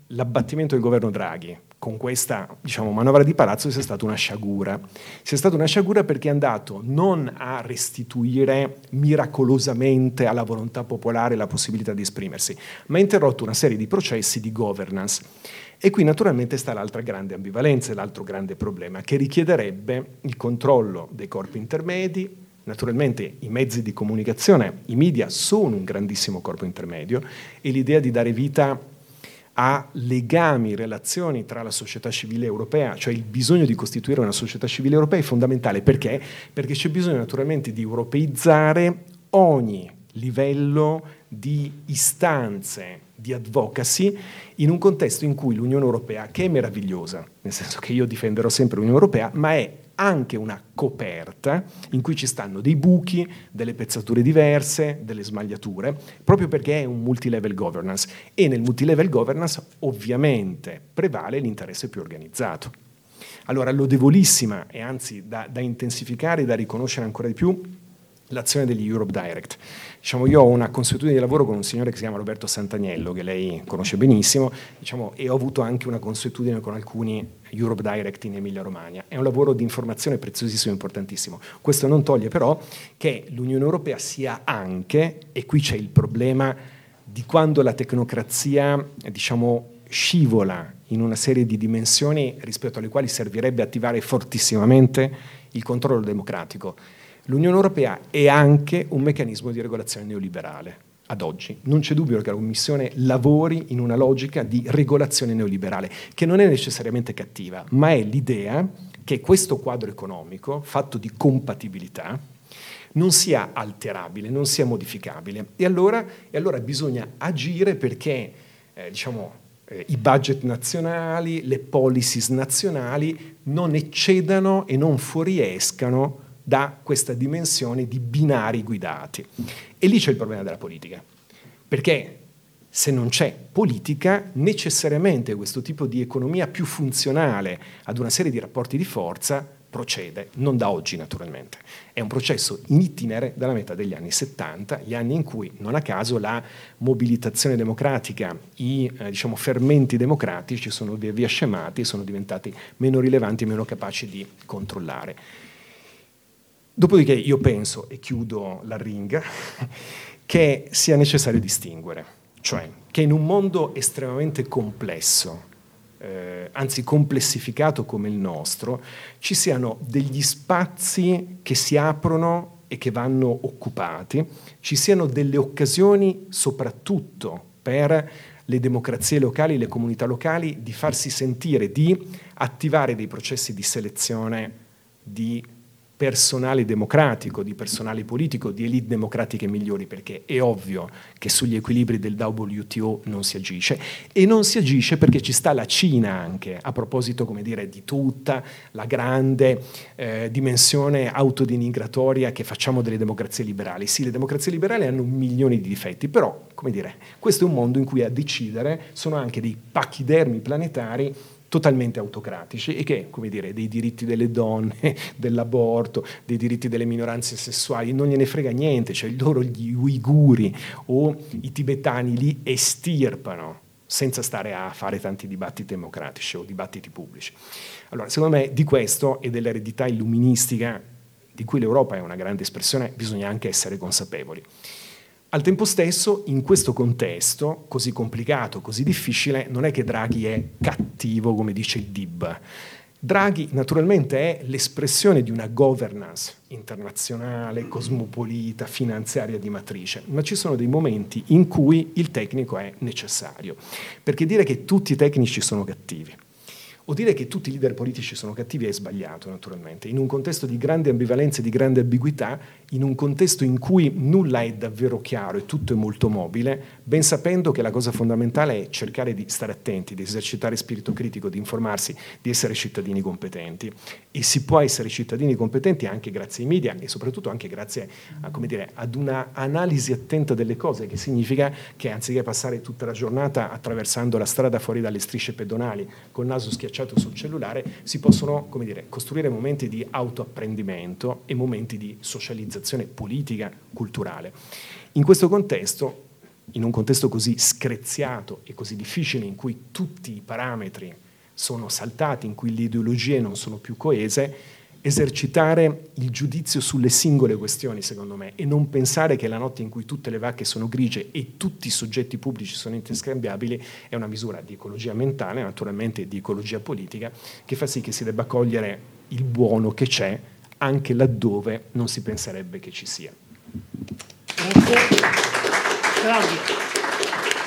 l'abbattimento del governo Draghi con questa, diciamo, manovra di palazzo sia stata una sciagura. Sia stata una sciagura perché è andato non a restituire miracolosamente alla volontà popolare la possibilità di esprimersi, ma ha interrotto una serie di processi di governance. E qui naturalmente sta l'altra grande ambivalenza, l'altro grande problema, che richiederebbe il controllo dei corpi intermedi. Naturalmente i mezzi di comunicazione, i media sono un grandissimo corpo intermedio, e l'idea di dare vita a legami, relazioni tra la società civile europea, cioè il bisogno di costituire una società civile europea è fondamentale. Perché? Perché c'è bisogno naturalmente di europeizzare ogni livello di istanze, di advocacy, in un contesto in cui l'Unione Europea, che è meravigliosa, nel senso che io difenderò sempre l'Unione Europea, ma è anche una coperta in cui ci stanno dei buchi, delle pezzature diverse, delle smagliature, proprio perché è un multilevel governance, e nel multilevel governance ovviamente prevale l'interesse più organizzato. Allora, lodevolissima e anzi da intensificare e da riconoscere ancora di più l'azione degli Europe Direct. Diciamo, io ho una consuetudine di lavoro con un signore che si chiama Roberto Sant'Agnello, che lei conosce benissimo, diciamo, e ho avuto anche una consuetudine con alcuni Europe Direct in Emilia-Romagna. È un lavoro di informazione preziosissimo e importantissimo. Questo non toglie però che l'Unione Europea sia anche, e qui c'è il problema di quando la tecnocrazia, diciamo, scivola in una serie di dimensioni rispetto alle quali servirebbe attivare fortissimamente il controllo democratico. L'Unione Europea è anche un meccanismo di regolazione neoliberale ad oggi. Non c'è dubbio che la Commissione lavori in una logica di regolazione neoliberale, che non è necessariamente cattiva, ma è l'idea che questo quadro economico, fatto di compatibilità, non sia alterabile, non sia modificabile. E allora bisogna agire perché i budget nazionali, le policies nazionali non eccedano e non fuoriescano da questa dimensione di binari guidati. E lì c'è il problema della politica, perché se non c'è politica, necessariamente questo tipo di economia più funzionale ad una serie di rapporti di forza procede, non da oggi naturalmente. È un processo in itinere dalla metà degli anni 70, gli anni in cui, non a caso, la mobilitazione democratica, i fermenti democratici sono via via scemati e sono diventati meno rilevanti e meno capaci di controllare. Dopodiché io penso, e chiudo la ringa, che sia necessario distinguere, cioè che in un mondo estremamente complesso, anzi complessificato come il nostro, ci siano degli spazi che si aprono e che vanno occupati, ci siano delle occasioni soprattutto per le democrazie locali, le comunità locali, di farsi sentire, di attivare dei processi di selezione di personale democratico, di personale politico, di elite democratiche migliori, perché è ovvio che sugli equilibri del WTO non si agisce, e non si agisce perché ci sta la Cina anche, a proposito, come dire, di tutta la grande dimensione autodenigratoria che facciamo delle democrazie liberali. Sì, le democrazie liberali hanno milioni di difetti, però, come dire, questo è un mondo in cui a decidere sono anche dei pachidermi planetari totalmente autocratici e che, come dire, dei diritti delle donne, dell'aborto, dei diritti delle minoranze sessuali non gliene frega niente, cioè loro gli uiguri o i tibetani li estirpano senza stare a fare tanti dibattiti democratici o dibattiti pubblici. Allora, secondo me di questo e dell'eredità illuministica di cui l'Europa è una grande espressione bisogna anche essere consapevoli. Al tempo stesso, in questo contesto così complicato, così difficile, non è che Draghi è cattivo, come dice il DIB. Draghi naturalmente è l'espressione di una governance internazionale, cosmopolita, finanziaria di matrice, ma ci sono dei momenti in cui il tecnico è necessario, perché dire che tutti i tecnici sono cattivi o dire che tutti i leader politici sono cattivi è sbagliato, naturalmente. In un contesto di grande ambivalenza e di grande ambiguità, in un contesto in cui nulla è davvero chiaro e tutto è molto mobile, ben sapendo che la cosa fondamentale è cercare di stare attenti, di esercitare spirito critico, di informarsi, di essere cittadini competenti. E si può essere cittadini competenti anche grazie ai media e soprattutto anche grazie a, come dire, ad una analisi attenta delle cose, che significa che anziché passare tutta la giornata attraversando la strada fuori dalle strisce pedonali col naso schiacciato sul cellulare, si possono, come dire, costruire momenti di autoapprendimento e momenti di socializzazione politica, culturale. In questo contesto in un contesto così screziato e così difficile, in cui tutti i parametri sono saltati, in cui le ideologie non sono più coese, esercitare il giudizio sulle singole questioni, secondo me, e non pensare che la notte in cui tutte le vacche sono grigie e tutti i soggetti pubblici sono interscambiabili è una misura di ecologia mentale, naturalmente di ecologia politica, che fa sì che si debba cogliere il buono che c'è anche laddove non si penserebbe che ci sia. Grazie. Claudio.